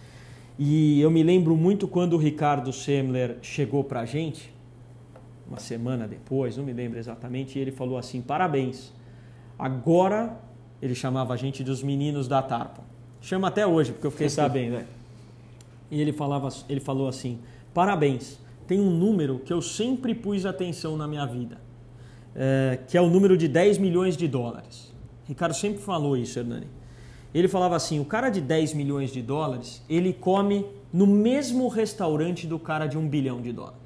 E eu me lembro muito quando o Ricardo Semler chegou para a gente, uma semana depois, não me lembro exatamente, e ele falou assim, parabéns, agora ele chamava a gente dos meninos da Tarpon. Chama até hoje, porque eu fiquei sabendo. Né? E ele, falava, ele falou assim, parabéns, tem um número que eu sempre pus atenção na minha vida, é, que é o número de dez milhões de dólares. Ricardo sempre falou isso, Hernani. Ele falava assim, o cara de dez milhões de dólares, ele come no mesmo restaurante do cara de um bilhão de dólares.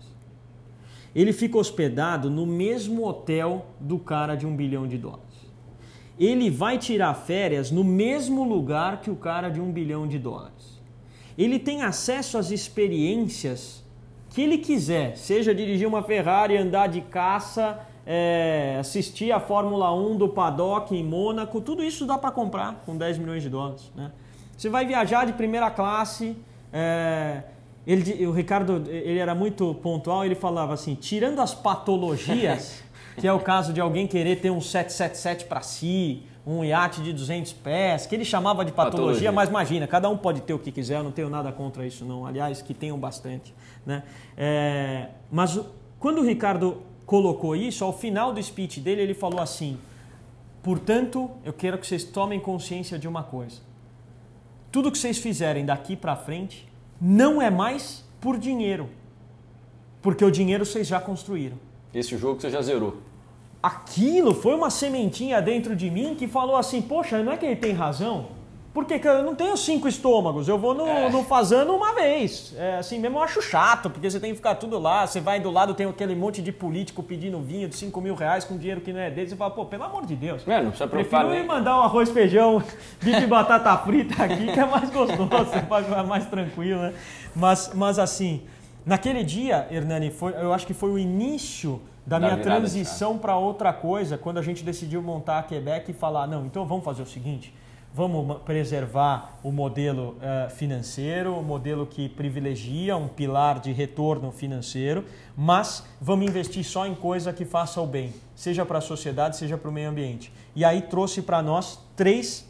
Ele fica hospedado no mesmo hotel do cara de um bilhão de dólares. Ele vai tirar férias no mesmo lugar que o cara de um bilhão de dólares. Ele tem acesso às experiências que ele quiser, seja dirigir uma Ferrari, andar de caça, é, assistir a Fórmula um do paddock em Mônaco, tudo isso dá para comprar com dez milhões de dólares. Né? Você vai viajar de primeira classe, é, ele, o Ricardo ele era muito pontual, ele falava assim, tirando as patologias, que é o caso de alguém querer ter um sete sete sete para si, um iate de duzentos pés, que ele chamava de patologia, patologia, mas imagina, cada um pode ter o que quiser, eu não tenho nada contra isso não, aliás, que tenham bastante. Né? É, mas quando o Ricardo colocou isso, ao final do speech dele, ele falou assim, portanto, eu quero que vocês tomem consciência de uma coisa, tudo que vocês fizerem daqui para frente não é mais por dinheiro, porque o dinheiro vocês já construíram. Esse jogo você já zerou. Aquilo foi uma sementinha dentro de mim que falou assim, poxa, não é que ele tem razão? Porque eu não tenho cinco estômagos, eu vou no, é. no fazano uma vez. É, assim mesmo eu acho chato, porque você tem que ficar tudo lá, você vai do lado, tem aquele monte de político pedindo vinho de cinco mil reais com dinheiro que não é dele, você fala, pô, pelo amor de Deus. É, não precisa preocupar. Prefiro me mandar um arroz, feijão, bife e batata frita aqui, que é mais gostoso, você pode ficar mais tranquilo, né? Mas, mas assim, naquele dia, Hernani, foi, eu acho que foi o início da, da minha transição para outra coisa, quando a gente decidiu montar a Quebec e falar, não, então vamos fazer o seguinte, vamos preservar o modelo uh, financeiro, o modelo que privilegia um pilar de retorno financeiro, mas vamos investir só em coisa que faça o bem, seja para a sociedade, seja para o meio ambiente. E aí trouxe para nós três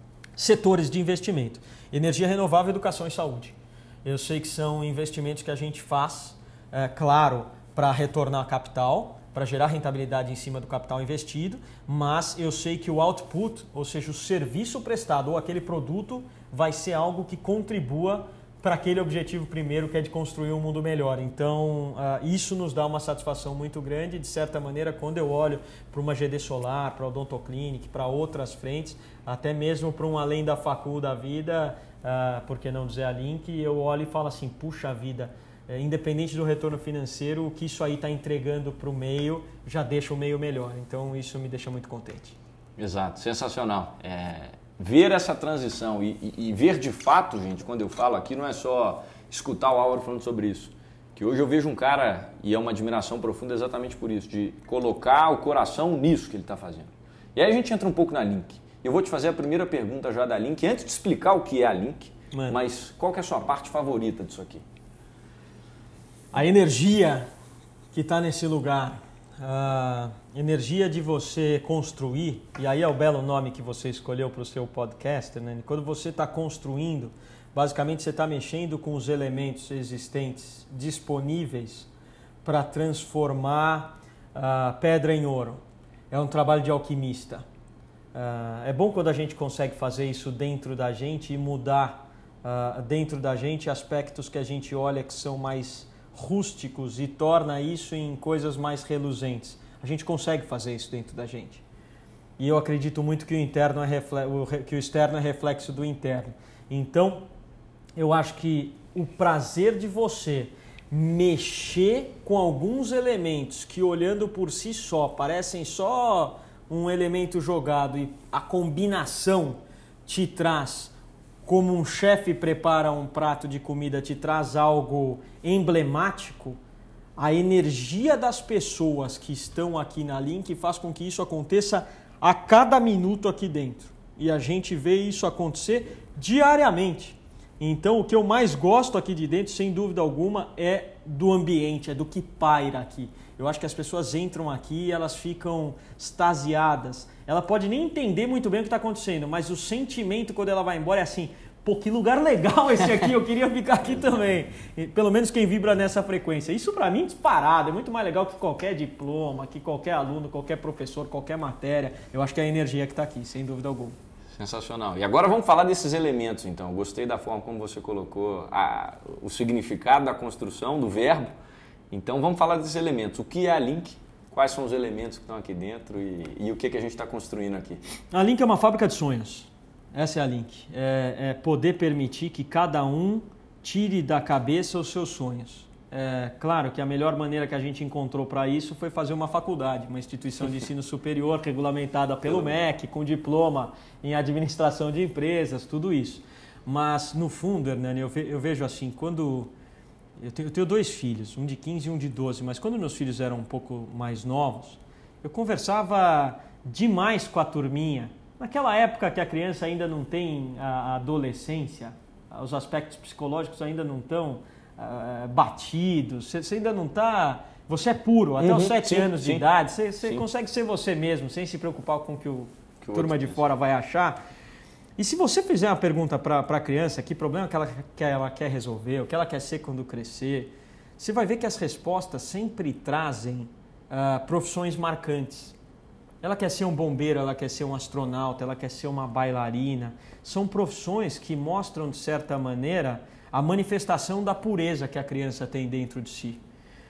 setores de investimento, energia renovável, educação e saúde. Eu sei que são investimentos que a gente faz, é, claro, para retornar capital, para gerar rentabilidade em cima do capital investido, mas eu sei que o output, ou seja, o serviço prestado ou aquele produto, vai ser algo que contribua para aquele objetivo primeiro, que é de construir um mundo melhor. Então, uh, isso nos dá uma satisfação muito grande. De certa maneira, quando eu olho para uma G D Solar, para a Odontoclinic, para outras frentes, até mesmo para um além da facul da vida, uh, por que não dizer a Link, eu olho e falo assim, puxa vida, é, independente do retorno financeiro, o que isso aí está entregando para o meio já deixa o meio melhor. Então, isso me deixa muito contente. Exato, sensacional. É... Ver essa transição e, e, e ver de fato, gente, quando eu falo aqui, não é só escutar o Álvaro falando sobre isso. Que hoje eu vejo um cara, e é uma admiração profunda exatamente por isso, de colocar o coração nisso que ele está fazendo. E aí a gente entra um pouco na Link. Eu vou te fazer a primeira pergunta já da Link, antes de explicar o que é a Link, Mano. mas qual que é a sua parte favorita disso aqui? A energia que está nesse lugar. A energia de você construir, e aí é o belo nome que você escolheu para o seu podcast, né? Quando você está construindo, basicamente você está mexendo com os elementos existentes disponíveis para transformar a pedra em ouro. É um trabalho de alquimista. É bom quando a gente consegue fazer isso dentro da gente e mudar dentro da gente aspectos que a gente olha que são mais rústicos e torna isso em coisas mais reluzentes. A gente consegue fazer isso dentro da gente. E eu acredito muito que o, interno é reflexo, que o externo é reflexo do interno. Então, eu acho que o prazer de você mexer com alguns elementos que, olhando por si só, parecem só um elemento jogado e a combinação te traz, como um chefe prepara um prato de comida, te traz algo emblemático, a energia das pessoas que estão aqui na Link faz com que isso aconteça a cada minuto aqui dentro. E a gente vê isso acontecer diariamente. Então, o que eu mais gosto aqui de dentro, sem dúvida alguma, é do ambiente, é do que paira aqui. Eu acho que as pessoas entram aqui e elas ficam extasiadas. Ela pode nem entender muito bem o que está acontecendo, mas o sentimento quando ela vai embora é assim, pô, que lugar legal esse aqui, eu queria ficar aqui também. E, pelo menos quem vibra nessa frequência. Isso para mim disparado, é muito mais legal que qualquer diploma, que qualquer aluno, qualquer professor, qualquer matéria. Eu acho que é a energia que está aqui, sem dúvida alguma. Sensacional. E agora vamos falar desses elementos, então. Eu gostei da forma como você colocou a, o significado da construção, do verbo. Então vamos falar desses elementos. O que é a Link? Quais são os elementos que estão aqui dentro e, e o que, que a gente está construindo aqui? A Link é uma fábrica de sonhos. Essa é a Link. É, é poder permitir que cada um tire da cabeça os seus sonhos. É claro que a melhor maneira que a gente encontrou para isso foi fazer uma faculdade, uma instituição de ensino superior regulamentada pelo M E C, com diploma em administração de empresas, tudo isso. Mas, no fundo, Hernani, eu, ve, eu vejo assim, quando... Eu tenho, eu tenho dois filhos, um de quinze e um de doze, mas quando meus filhos eram um pouco mais novos, eu conversava demais com a turminha. Naquela época que a criança ainda não tem a adolescência, os aspectos psicológicos ainda não estão... Uh, batidos, você ainda não está... Você é puro, até uhum, os sete anos sim, de idade, você, você consegue ser você mesmo, sem se preocupar com o que o que turma de pensa. Fora vai achar. E se você fizer uma pergunta para a criança, que problema que ela, que ela quer resolver, o que ela quer ser quando crescer, você vai ver que as respostas sempre trazem uh, profissões marcantes. Ela quer ser um bombeiro, ela quer ser um astronauta, ela quer ser uma bailarina. São profissões que mostram, de certa maneira, a manifestação da pureza que a criança tem dentro de si.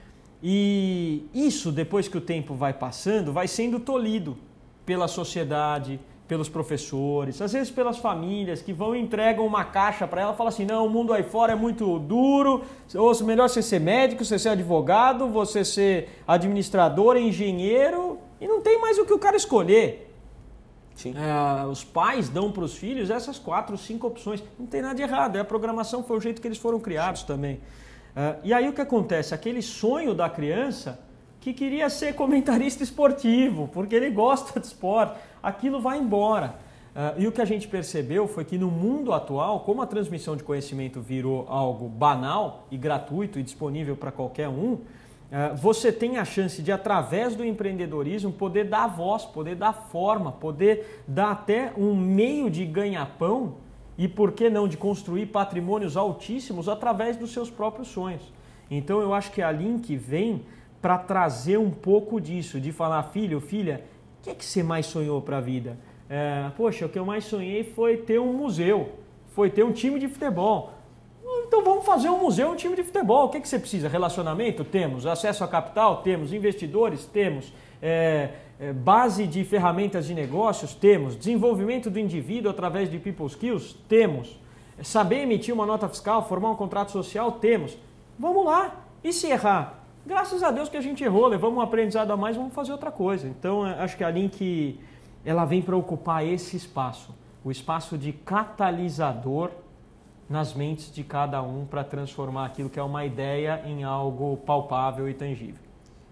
E isso, depois que o tempo vai passando, vai sendo tolhido pela sociedade, pelos professores, às vezes pelas famílias que vão e entregam uma caixa para ela e falam assim, não, o mundo aí fora é muito duro, ou melhor você ser médico, você ser advogado, você ser administrador, engenheiro, e não tem mais o que o cara escolher. Sim. É, os pais dão para os filhos essas quatro, cinco opções. Não tem nada de errado, é a programação, foi o jeito que eles foram criados. Sim. Também. É, e aí o que acontece? Aquele sonho da criança que queria ser comentarista esportivo, porque ele gosta de esporte, aquilo vai embora. É, e o que a gente percebeu foi que no mundo atual, como a transmissão de conhecimento virou algo banal e gratuito e disponível para qualquer um, você tem a chance de, através do empreendedorismo, poder dar voz, poder dar forma, poder dar até um meio de ganha-pão e, por que não, de construir patrimônios altíssimos através dos seus próprios sonhos. Então, eu acho que a Link vem para trazer um pouco disso, de falar, filho, filha, o que é que você mais sonhou para a vida? É, poxa, o que eu mais sonhei foi ter um museu, foi ter um time de futebol. Então vamos fazer um museu, um time de futebol. O que, que você precisa? Relacionamento? Temos. Acesso a capital? Temos. Investidores? Temos. É, é, base de ferramentas de negócios? Temos. Desenvolvimento do indivíduo através de people skills? Temos. Saber emitir uma nota fiscal, formar um contrato social? Temos. Vamos lá. E se errar? Graças a Deus que a gente errou, levamos um aprendizado a mais, vamos fazer outra coisa. Então acho que a Link ela vem para ocupar esse espaço. O espaço de catalisador nas mentes de cada um para transformar aquilo que é uma ideia em algo palpável e tangível.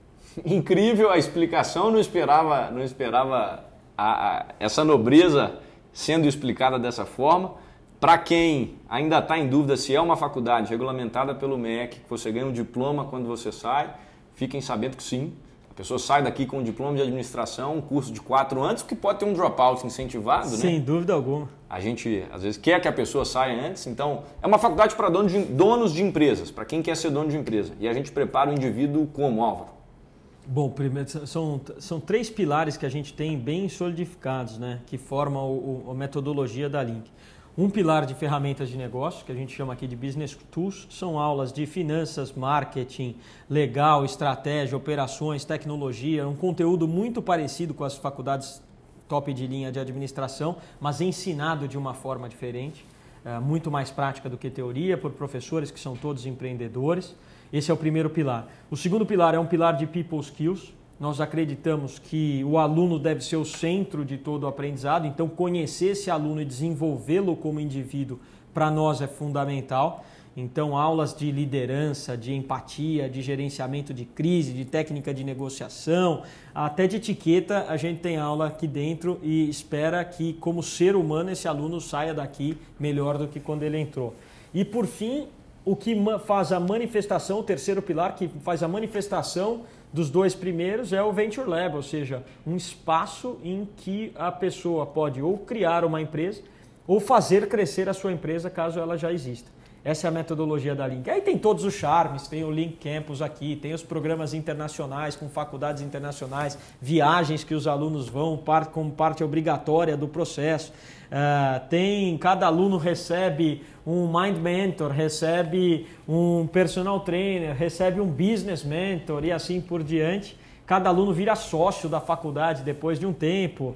Incrível a explicação, não esperava, não esperava a, a, essa nobreza sendo explicada dessa forma. Para quem ainda está em dúvida se é uma faculdade regulamentada pelo M E C, que você ganha um diploma quando você sai, fiquem sabendo que sim. A pessoa sai daqui com um diploma de administração, um curso de quatro anos, que pode ter um dropout incentivado, né? Sem dúvida alguma. A gente, às vezes, quer que a pessoa saia antes. Então, é uma faculdade para donos de, donos de empresas, para quem quer ser dono de empresa. E a gente prepara o indivíduo como, Álvaro? Bom, primeiro, são, são três pilares que a gente tem bem solidificados, né? Que formam o, a metodologia da Link. Um pilar de ferramentas de negócio, que a gente chama aqui de Business Tools, são aulas de finanças, marketing, legal, estratégia, operações, tecnologia, um conteúdo muito parecido com as faculdades top de linha de administração, mas ensinado de uma forma diferente. uh, muito mais prática do que teoria, por professores que são todos empreendedores. Esse é o primeiro pilar. O segundo pilar é um pilar de People Skills. Nós acreditamos que o aluno deve ser o centro de todo o aprendizado, então conhecer esse aluno e desenvolvê-lo como indivíduo para nós é fundamental. Então, aulas de liderança, de empatia, de gerenciamento de crise, de técnica de negociação, até de etiqueta, a gente tem aula aqui dentro e espera que, como ser humano, esse aluno saia daqui melhor do que quando ele entrou. E, por fim, o que faz a manifestação, o terceiro pilar, que faz a manifestação dos dois primeiros é o Venture Lab, ou seja, um espaço em que a pessoa pode ou criar uma empresa ou fazer crescer a sua empresa caso ela já exista. Essa é a metodologia da Link. Aí tem todos os charmes, tem o Link Campus aqui, tem os programas internacionais com faculdades internacionais, viagens que os alunos vão como parte obrigatória do processo. Uh, tem, cada aluno recebe um Mind Mentor, recebe um Personal Trainer, recebe um Business Mentor e assim por diante. Cada aluno vira sócio da faculdade depois de um tempo.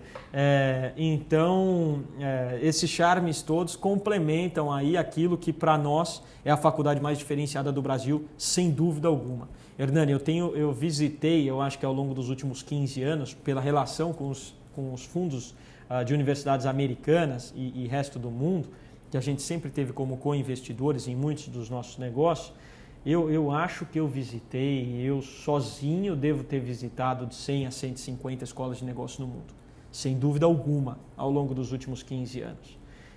É, então, é, esses charmes todos complementam aí aquilo que para nós é a faculdade mais diferenciada do Brasil, sem dúvida alguma. Hernani, eu, tenho, eu visitei, eu acho que ao longo dos últimos quinze anos, pela relação com os, com os fundos uh, de universidades americanas e, e resto do mundo, que a gente sempre teve como co-investidores em muitos dos nossos negócios, Eu, eu acho que eu visitei, eu sozinho devo ter visitado de cem a cento e cinquenta escolas de negócio no mundo, sem dúvida alguma, ao longo dos últimos quinze anos.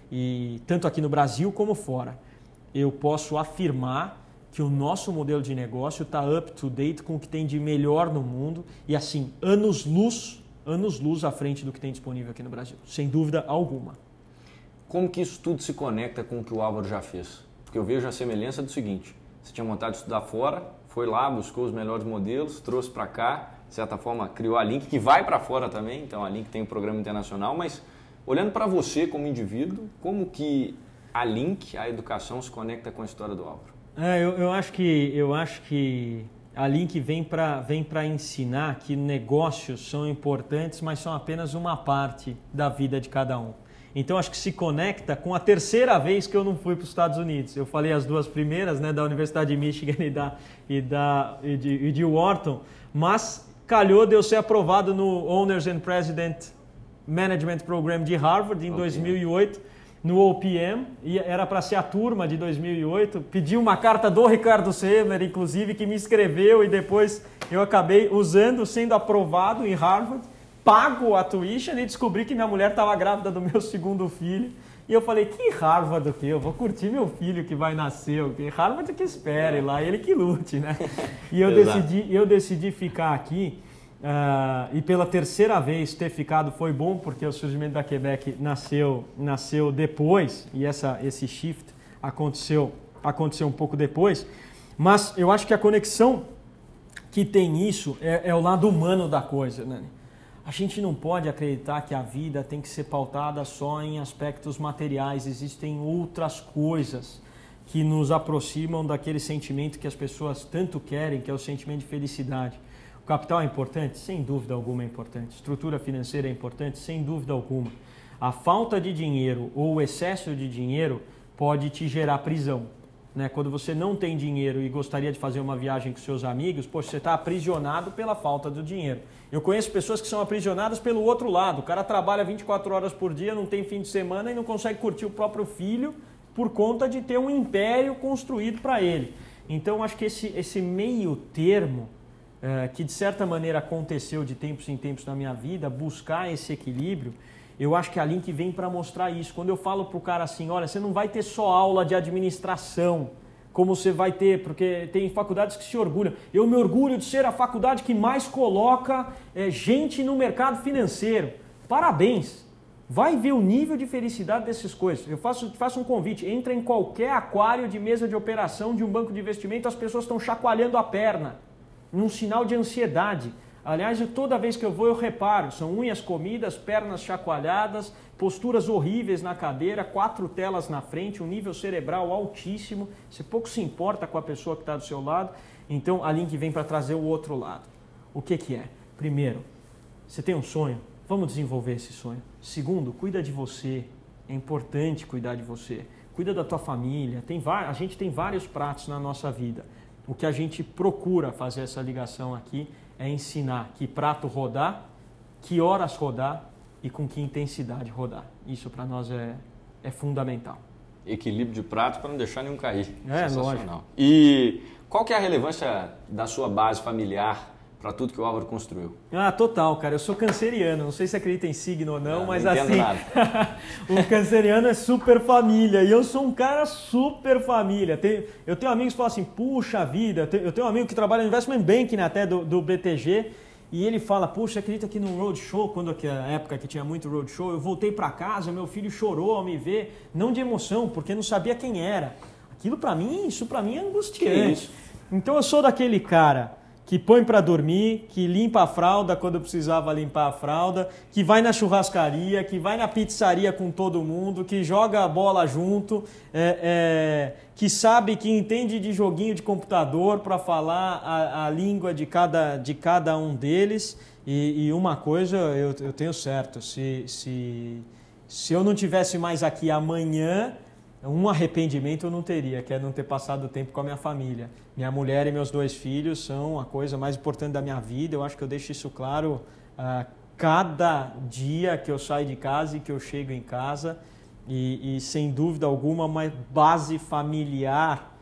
E tanto aqui no Brasil como fora, eu posso afirmar que o nosso modelo de negócio está up to date com o que tem de melhor no mundo e assim, anos-luz, anos-luz à frente do que tem disponível aqui no Brasil, sem dúvida alguma. Como que isso tudo se conecta com o que o Álvaro já fez? Porque eu vejo a semelhança do seguinte: você tinha vontade de estudar fora, foi lá, buscou os melhores modelos, trouxe para cá, de certa forma criou a Link, que vai para fora também, então a Link tem um programa internacional, mas olhando para você como indivíduo, como que a Link, a educação, se conecta com a história do Álvaro? É, eu, eu, acho que, eu acho que a Link vem para vem para ensinar que negócios são importantes, mas são apenas uma parte da vida de cada um. Então, acho que se conecta com a terceira vez que eu não fui para os Estados Unidos. Eu falei as duas primeiras, né, da Universidade de Michigan e, da, e, da, e, de, e de Wharton, mas calhou de eu ser aprovado no Owners and President Management Program de Harvard em okay. dois mil e oito, no O P M, e era para ser a turma de dois mil e oito. Pedi uma carta do Ricardo Semer, inclusive, que me escreveu e depois eu acabei usando, sendo aprovado em Harvard. Pago a tuition e descobri que minha mulher estava grávida do meu segundo filho. E eu falei, que Harvard o quê? Eu vou curtir meu filho que vai nascer, o quê? Harvard que espere lá, ele que lute, né? E eu, decidi, eu decidi ficar aqui uh, e pela terceira vez ter ficado foi bom, porque o surgimento da Quebec nasceu, nasceu depois e essa, esse shift aconteceu, aconteceu um pouco depois. Mas eu acho que a conexão que tem isso é, é o lado humano da coisa, né? A gente não pode acreditar que a vida tem que ser pautada só em aspectos materiais. Existem outras coisas que nos aproximam daquele sentimento que as pessoas tanto querem, que é o sentimento de felicidade. O capital é importante? Sem dúvida alguma é importante. Estrutura financeira é importante? Sem dúvida alguma. A falta de dinheiro ou o excesso de dinheiro pode te gerar prisão. Né? Quando você não tem dinheiro e gostaria de fazer uma viagem com seus amigos, poxa, você está aprisionado pela falta do dinheiro. Eu conheço pessoas que são aprisionadas pelo outro lado. O cara trabalha vinte e quatro horas por dia, não tem fim de semana e não consegue curtir o próprio filho por conta de ter um império construído para ele. Então, acho que esse, esse meio termo, é, que de certa maneira aconteceu de tempos em tempos na minha vida, buscar esse equilíbrio, eu acho que a Link vem para mostrar isso. Quando eu falo para o cara assim, olha, você não vai ter só aula de administração, como você vai ter, porque tem faculdades que se orgulham. Eu me orgulho de ser a faculdade que mais coloca é, gente no mercado financeiro. Parabéns! Vai ver o nível de felicidade dessas coisas. Eu faço, faço um convite, entra em qualquer aquário de mesa de operação de um banco de investimento, as pessoas estão chacoalhando a perna, num sinal de ansiedade. Aliás, toda vez que eu vou eu reparo, são unhas comidas, pernas chacoalhadas, posturas horríveis na cadeira, quatro telas na frente, um nível cerebral altíssimo, você pouco se importa com a pessoa que está do seu lado, então a Link vem para trazer o outro lado. O que que é? Primeiro, você tem um sonho? Vamos desenvolver esse sonho. Segundo, cuida de você, é importante cuidar de você. cuida da tua família. Tem, a gente tem vários pratos na nossa vida. O que a gente procura fazer essa ligação aqui é ensinar que prato rodar, que horas rodar e com que intensidade rodar. Isso para nós é, é fundamental. Equilíbrio de prato para não deixar nenhum cair. É, sensacional. Lógico. E qual que é a relevância da sua base familiar para tudo que o Álvaro construiu? Ah, total, cara. Eu sou canceriano. Não sei se acredita em signo ou não, não mas não assim... Nada. O canceriano é super família. E eu sou um cara super família. Tem, eu tenho amigos que falam assim, puxa vida. Eu tenho, eu tenho um amigo que trabalha no Investment Banking até do, do B T G. E ele fala, puxa, acredita que no roadshow, quando a época que tinha muito roadshow, eu voltei para casa, meu filho chorou ao me ver. Não de emoção, porque não sabia quem era. Aquilo para mim, isso para mim é angustiante. Então eu sou daquele cara... que põe para dormir, que limpa a fralda quando precisava limpar a fralda, que vai na churrascaria, que vai na pizzaria com todo mundo, que joga a bola junto, é, é, que sabe, que entende de joguinho de computador para falar a, a língua de cada, de cada um deles. E, e uma coisa eu, eu tenho certo, se, se, se eu não tivesse mais aqui amanhã, um arrependimento eu não teria, que é não ter passado tempo com a minha família. Minha mulher e meus dois filhos são a coisa mais importante da minha vida. Eu acho que eu deixo isso claro uh, cada dia que eu saio de casa e que eu chego em casa. E, e sem dúvida alguma, uma base familiar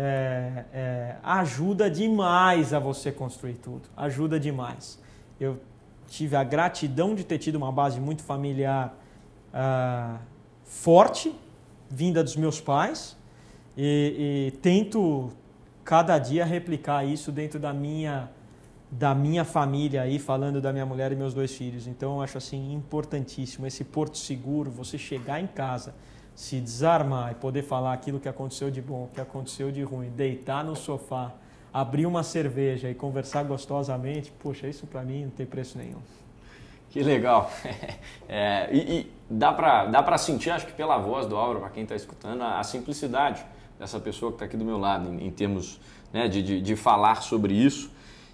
é, é, ajuda demais a você construir tudo. Ajuda demais. Eu tive a gratidão de ter tido uma base muito familiar uh, forte, vinda dos meus pais, e, e tento cada dia replicar isso dentro da minha, da minha família, aí, falando da minha mulher e meus dois filhos. Então eu acho assim importantíssimo esse porto seguro, você chegar em casa, se desarmar e poder falar aquilo que aconteceu de bom, que aconteceu de ruim, deitar no sofá, abrir uma cerveja e conversar gostosamente. Poxa, isso para mim não tem preço nenhum. Que legal. É, e, e dá para dá para sentir, acho que pela voz do Álvaro, para quem está escutando, a, a simplicidade dessa pessoa que está aqui do meu lado, em, em termos, né, de, de, de falar sobre isso.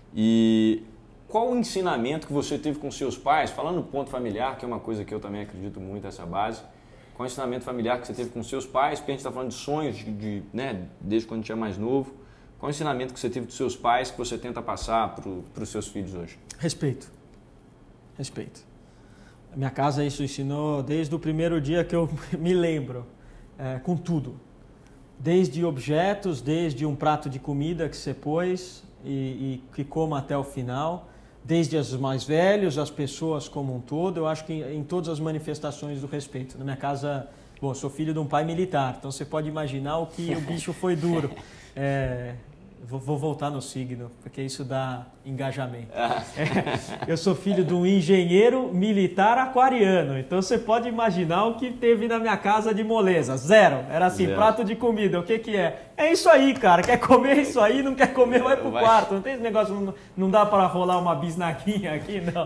E qual o ensinamento que você teve com seus pais, falando no ponto familiar, que é uma coisa que eu também acredito muito, essa base, qual o ensinamento familiar que você teve com seus pais, porque a gente está falando de sonhos, de, de, né, desde quando a gente é mais novo, qual o ensinamento que você teve dos seus pais que você tenta passar para os seus filhos hoje? Respeito. Respeito. A minha casa isso ensinou desde o primeiro dia que eu me lembro, é, com tudo. Desde objetos, desde um prato de comida que você pôs e, e que coma até o final, desde os mais velhos, as pessoas como um todo, eu acho que em, em todas as manifestações do respeito. Na minha casa, bom, eu sou filho de um pai militar, então você pode imaginar o que o bicho foi duro. É, Vou, vou voltar no signo, porque isso dá engajamento. É, eu sou filho de um engenheiro militar aquariano, então você pode imaginar o que teve na minha casa de moleza. Zero. Era assim, Zero. Prato de comida. O que que é? É isso aí, cara. Quer comer isso aí, não quer comer, vai pro vai. quarto. Não tem esse negócio, não, não dá para rolar uma bisnaguinha aqui, não.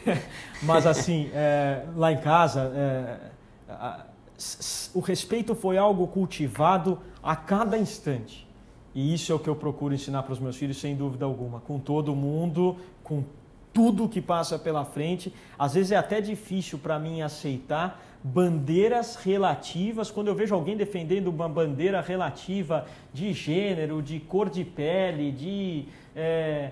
Mas assim, é, lá em casa, é, a, o respeito foi algo cultivado a cada instante. E isso é o que eu procuro ensinar para os meus filhos, sem dúvida alguma. Com todo mundo, com tudo que passa pela frente. Às vezes é até difícil para mim aceitar bandeiras relativas. Quando eu vejo alguém defendendo uma bandeira relativa de gênero, de cor de pele, de é,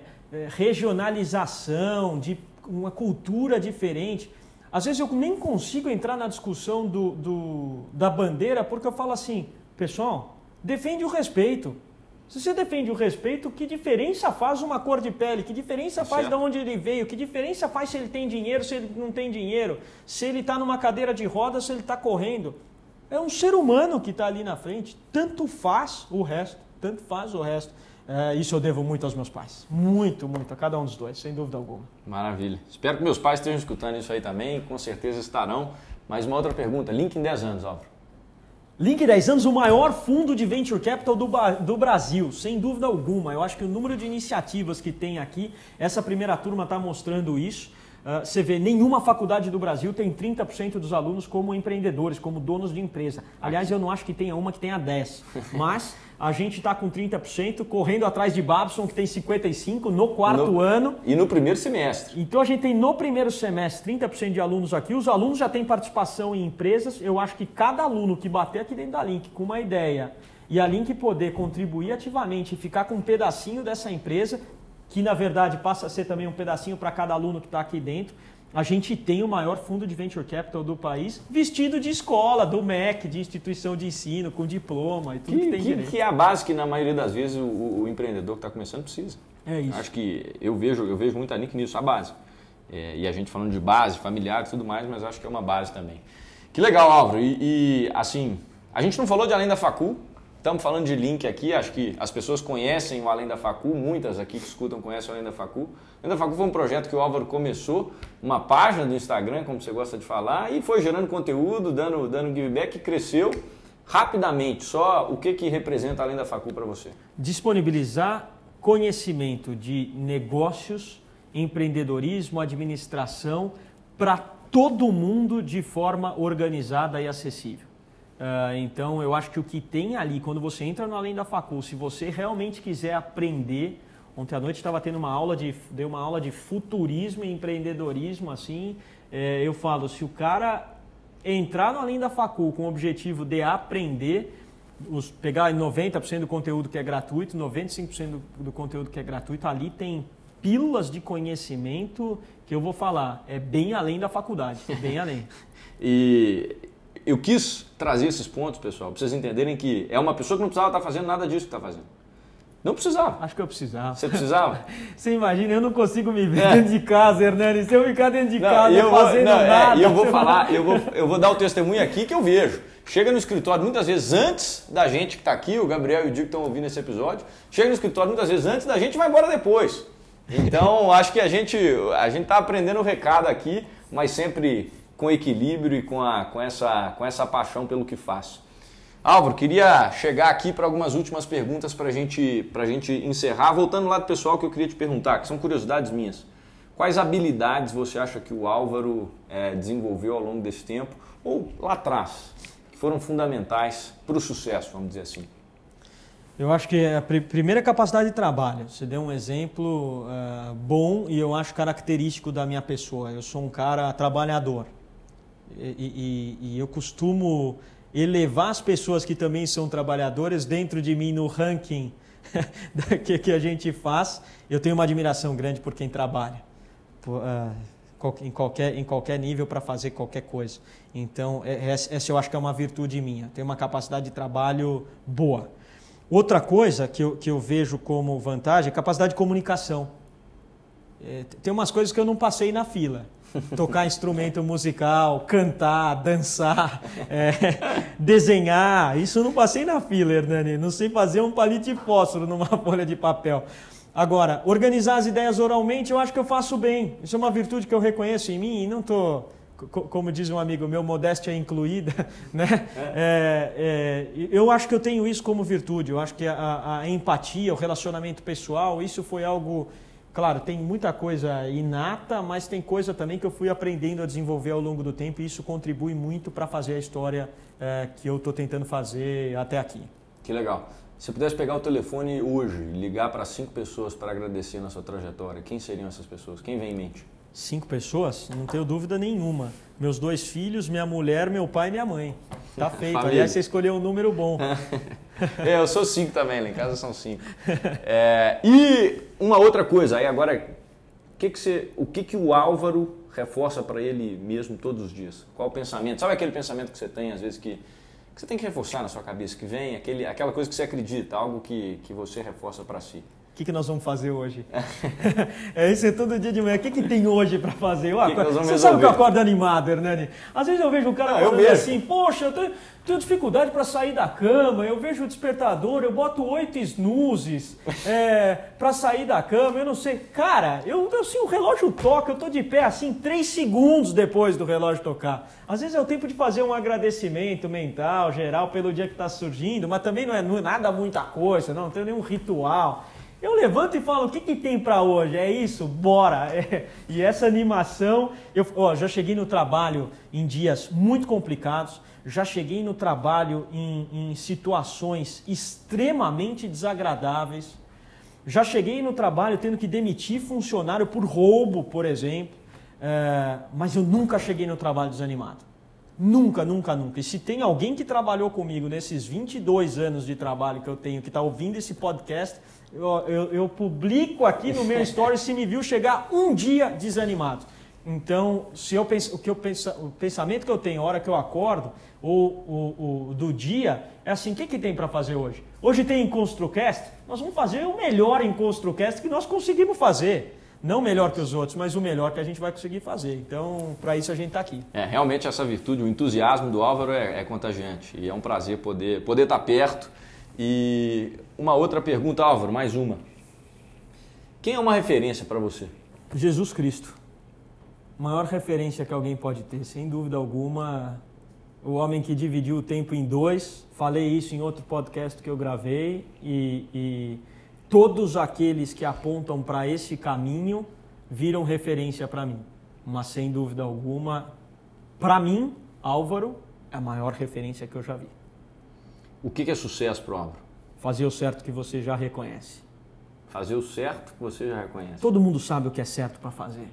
regionalização, de uma cultura diferente. Às vezes eu nem consigo entrar na discussão do, do, da bandeira, porque eu falo assim, pessoal, defende o respeito. Se você defende o respeito, que diferença faz uma cor de pele? Que diferença faz de onde ele veio? Que diferença faz se ele tem dinheiro, se ele não tem dinheiro? Se ele está numa cadeira de rodas, se ele está correndo? É um ser humano que está ali na frente. Tanto faz o resto. Tanto faz o resto. É, isso eu devo muito aos meus pais. Muito, muito. A cada um dos dois, sem dúvida alguma. Maravilha. Espero que meus pais estejam escutando isso aí também. Com certeza estarão. Mas uma outra pergunta. Link em dez anos, Álvaro. Link dez anos, o maior fundo de Venture Capital do, do Brasil, sem dúvida alguma. Eu acho que o número de iniciativas que tem aqui, essa primeira turma está mostrando isso. Uh, você vê, nenhuma faculdade do Brasil tem trinta por cento dos alunos como empreendedores, como donos de empresa. Aliás, eu não acho que tenha uma que tenha dez por cento, mas a gente está com trinta por cento, correndo atrás de Babson, que tem cinquenta e cinco por cento no quarto no, ano. E no primeiro semestre. Então a gente tem no primeiro semestre trinta por cento de alunos aqui, os alunos já têm participação em empresas. Eu acho que cada aluno que bater aqui dentro da Link com uma ideia e a Link poder contribuir ativamente e ficar com um pedacinho dessa empresa, que na verdade passa a ser também um pedacinho para cada aluno que está aqui dentro, a gente tem o maior fundo de Venture Capital do país, vestido de escola, do M E C, de instituição de ensino, com diploma e tudo que, que tem que, direito. Que é a base que na maioria das vezes o, o empreendedor que está começando precisa. É isso. Acho que eu vejo, eu vejo muito a Link nisso, a base. É, e a gente falando de base, familiar e tudo mais, mas acho que é uma base também. Que legal, Álvaro. E, e assim, a gente não falou de Além da Facul. Estamos falando de Link aqui, acho que as pessoas conhecem o Além da Facul, muitas aqui que escutam conhecem o Além da Facul. O Além da Facul foi um projeto que o Álvaro começou, uma página do Instagram, como você gosta de falar, e foi gerando conteúdo, dando, dando give back, e cresceu rapidamente. Só o que, que representa Além da Facul para você? Disponibilizar conhecimento de negócios, empreendedorismo, administração, para todo mundo de forma organizada e acessível. Uh, então, eu acho que o que tem ali, quando você entra no Além da Facul, se você realmente quiser aprender, ontem à noite estava tendo uma aula de, dei uma aula de futurismo e empreendedorismo, assim, é, eu falo, se o cara entrar no Além da Facul com o objetivo de aprender, os, pegar noventa por cento do conteúdo que é gratuito, noventa e cinco por cento do, do conteúdo que é gratuito, ali tem pílulas de conhecimento que eu vou falar, é bem além da faculdade, bem além. E eu quis trazer esses pontos, pessoal, para vocês entenderem que é uma pessoa que não precisava estar fazendo nada disso que está fazendo. Não precisava. Acho que eu precisava. Você precisava? Você imagina, eu não consigo me ver é. dentro de casa, Hernani. Se eu ficar dentro de não, casa eu fazendo vou, não, nada... É, e eu vou falar, eu vou, eu vou dar o testemunho aqui que eu vejo. Chega no escritório muitas vezes antes da gente que está aqui, o Gabriel e o Diego que estão ouvindo esse episódio, chega no escritório muitas vezes antes da gente e vai embora depois. Então, acho que a gente a gente está aprendendo o recado aqui, mas sempre com equilíbrio e com, a, com, essa, com essa paixão pelo que faz. Álvaro, queria chegar aqui para algumas últimas perguntas para gente, a gente encerrar. Voltando lá do pessoal que eu queria te perguntar, que são curiosidades minhas. Quais habilidades você acha que o Álvaro é, desenvolveu ao longo desse tempo, ou lá atrás, que foram fundamentais para o sucesso, vamos dizer assim? Eu acho que a primeira é a capacidade de trabalho. Você deu um exemplo uh, bom e eu acho característico da minha pessoa. Eu sou um cara trabalhador e, e, e eu costumo elevar as pessoas que também são trabalhadoras dentro de mim no ranking que, que a gente faz. Eu tenho uma admiração grande por quem trabalha, por, uh, em, qualquer, em qualquer nível para fazer qualquer coisa. Então, essa eu acho que é uma virtude minha. Tenho uma capacidade de trabalho boa. Outra coisa que eu, que eu vejo como vantagem é a capacidade de comunicação. É, tem umas coisas que eu não passei na fila. Tocar instrumento musical, cantar, dançar, é, desenhar. Isso eu não passei na fila, Hernani. Não sei fazer um palito de fósforo numa folha de papel. Agora, organizar as ideias oralmente eu acho que eu faço bem. Isso é uma virtude que eu reconheço em mim e não estou... Como diz um amigo meu, modéstia incluída, né? É, é, eu acho que eu tenho isso como virtude. Eu acho que a, a empatia, o relacionamento pessoal, isso foi algo... Claro, tem muita coisa inata, mas tem coisa também que eu fui aprendendo a desenvolver ao longo do tempo e isso contribui muito para fazer a história é, que eu estou tentando fazer até aqui. Que legal. Se você pudesse pegar o telefone hoje e ligar para cinco pessoas para agradecer na sua trajetória, quem seriam essas pessoas? Quem vem em mente? Cinco pessoas? Não tenho dúvida nenhuma. Meus dois filhos, minha mulher, meu pai e minha mãe. Tá feito. Família. Aliás, você escolheu um número bom. É, eu sou cinco também, lá em casa são cinco. É, e uma outra coisa, aí agora, o que, que, você, o, que, que o Álvaro reforça para ele mesmo todos os dias? Qual o pensamento? Sabe aquele pensamento que você tem, às vezes, que, que você tem que reforçar na sua cabeça, que vem, aquele, aquela coisa que você acredita, algo que, que você reforça para si? O que, que nós vamos fazer hoje? É isso, é todo dia de manhã. O que, que tem hoje para fazer? Eu que que Você sabe que eu acordo animado, Hernani? Às vezes eu vejo um cara falando assim, poxa, eu tenho, tenho dificuldade para sair da cama, eu vejo o despertador, eu boto oito snoozes é, para sair da cama, eu não sei. Cara, eu, assim, o relógio toca, eu tô de pé assim três segundos depois do relógio tocar. Às vezes é o tempo de fazer um agradecimento mental, geral, pelo dia que está surgindo, mas também não é, não é nada muita coisa, não, não tem nenhum ritual. eu levanto e falo, o que, que tem para hoje? É isso? Bora! É, e essa animação, eu ó, já cheguei no trabalho em dias muito complicados, já cheguei no trabalho em, em situações extremamente desagradáveis, já cheguei no trabalho tendo que demitir funcionário por roubo, por exemplo, é, mas eu nunca cheguei no trabalho desanimado. Nunca, nunca, nunca. E se tem alguém que trabalhou comigo nesses vinte e dois anos de trabalho que eu tenho, que está ouvindo esse podcast, eu, eu, eu publico aqui no meu story se me viu chegar um dia desanimado. Então, se eu penso, o, que eu penso, o pensamento que eu tenho a hora que eu acordo, ou o, o, do dia, é assim, o que, que tem para fazer hoje? Hoje tem EnconstruCast, nós vamos fazer o melhor EnconstruCast que nós conseguimos fazer. Não melhor que os outros, mas o melhor que a gente vai conseguir fazer. Então, para isso a gente está aqui. É, realmente essa virtude, o entusiasmo do Álvaro é, é contagiante. E é um prazer poder, poder estar perto. E uma outra pergunta, Álvaro, mais uma. Quem é uma referência para você? Jesus Cristo. Maior referência que alguém pode ter, sem dúvida alguma. O homem que dividiu o tempo em dois. Falei isso em outro podcast que eu gravei. E... e todos aqueles que apontam para esse caminho viram referência para mim. Mas, sem dúvida alguma, para mim, Álvaro é a maior referência que eu já vi. O que é sucesso para o Álvaro? Fazer o certo que você já reconhece. Fazer o certo que você já reconhece. Todo mundo sabe o que é certo para fazer.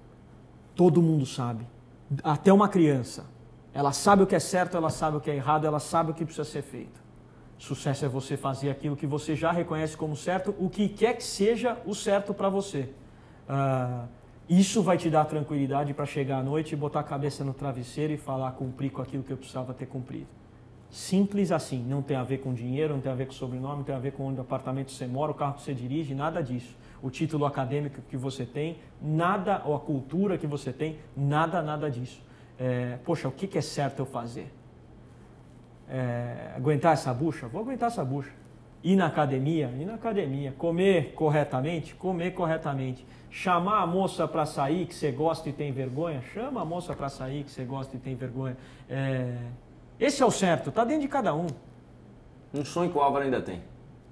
Todo mundo sabe. Até uma criança. Ela sabe o que é certo, ela sabe o que é errado, ela sabe o que precisa ser feito. Sucesso é você fazer aquilo que você já reconhece como certo, o que quer que seja o certo para você. Uh, isso vai te dar tranquilidade para chegar à noite e botar a cabeça no travesseiro e falar, cumprir com aquilo que eu precisava ter cumprido. Simples assim, não tem a ver com dinheiro, não tem a ver com sobrenome, não tem a ver com onde o apartamento você mora, o carro que você dirige, nada disso. O título acadêmico que você tem, nada, ou a cultura que você tem, nada, nada disso. É, poxa, o que é certo eu fazer? É, aguentar essa bucha? Vou aguentar essa bucha. Ir na academia? Ir na academia. Comer corretamente? Comer corretamente. Chamar a moça para sair que você gosta e tem vergonha? Chama a moça para sair que você gosta e tem vergonha. É, esse é o certo, está dentro de cada um. Um sonho que o Álvaro ainda tem.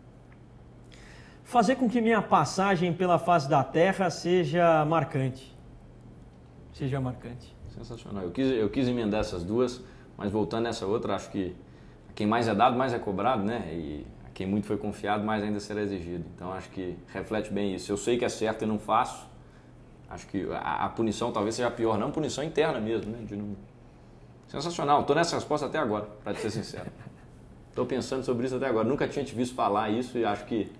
Fazer com que minha passagem pela face da Terra seja marcante. Seja marcante. Sensacional. Eu quis, eu quis emendar essas duas. Mas voltando nessa outra, acho que a quem mais é dado, mais é cobrado, né? E a quem muito foi confiado, mais ainda será exigido. Então, acho que reflete bem isso. Eu sei que é certo e não faço. Acho que a, a punição talvez seja pior, não punição interna mesmo, né? De não... Sensacional. Estou nessa resposta até agora, para ser sincero. Estou pensando sobre isso até agora. Nunca tinha te visto falar isso e acho que,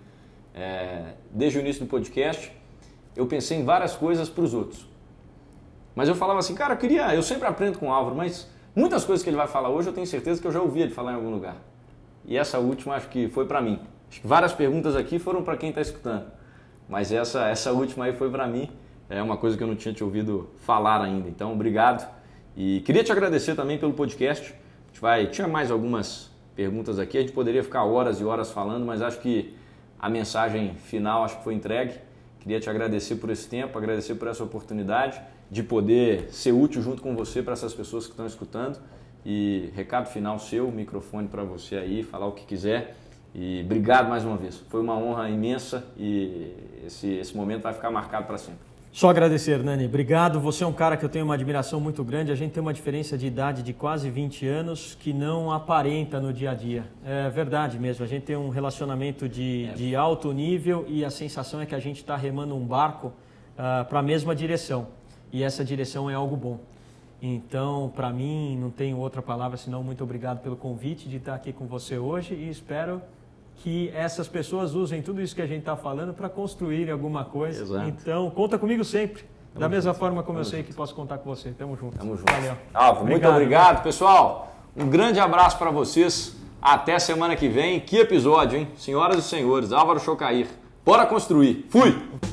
é, desde o início do podcast, eu pensei em várias coisas para os outros. Mas eu falava assim, cara, eu queria... Eu sempre aprendo com o Álvaro, mas... Muitas coisas que ele vai falar hoje eu tenho certeza que eu já ouvi ele falar em algum lugar. E essa última acho que foi para mim. Acho que várias perguntas aqui foram para quem está escutando. Mas essa, essa última aí foi para mim. É uma coisa que eu não tinha te ouvido falar ainda. Então, obrigado. E queria te agradecer também pelo podcast. A gente vai, tinha mais algumas perguntas aqui. A gente poderia ficar horas e horas falando, mas acho que a mensagem final acho que foi entregue. Queria te agradecer por esse tempo, agradecer por essa oportunidade de poder ser útil junto com você para essas pessoas que estão escutando. E recado final seu, microfone para você aí, falar o que quiser. E obrigado mais uma vez. Foi uma honra imensa e esse, esse momento vai ficar marcado para sempre. Só agradecer, Nani. Obrigado. Você é um cara que eu tenho uma admiração muito grande. A gente tem uma diferença de idade de quase vinte anos que não aparenta no dia a dia. É verdade mesmo. A gente tem um relacionamento de, é. de alto nível e a sensação é que a gente está remando um barco uh, para a mesma direção. E essa direção é algo bom. Então, para mim, não tenho outra palavra senão muito obrigado pelo convite de estar aqui com você hoje e espero que essas pessoas usem tudo isso que a gente está falando para construir alguma coisa. Exato. Então, conta comigo sempre. Tamo da mesma junto. forma como Tamo eu sei junto. que posso contar com você. Tamo junto. Tamo junto. Valeu. Álvaro, muito obrigado, pessoal. Um grande abraço para vocês. Até semana que vem. Que episódio, hein? Senhoras e senhores, Álvaro Chocair. Bora construir. Fui!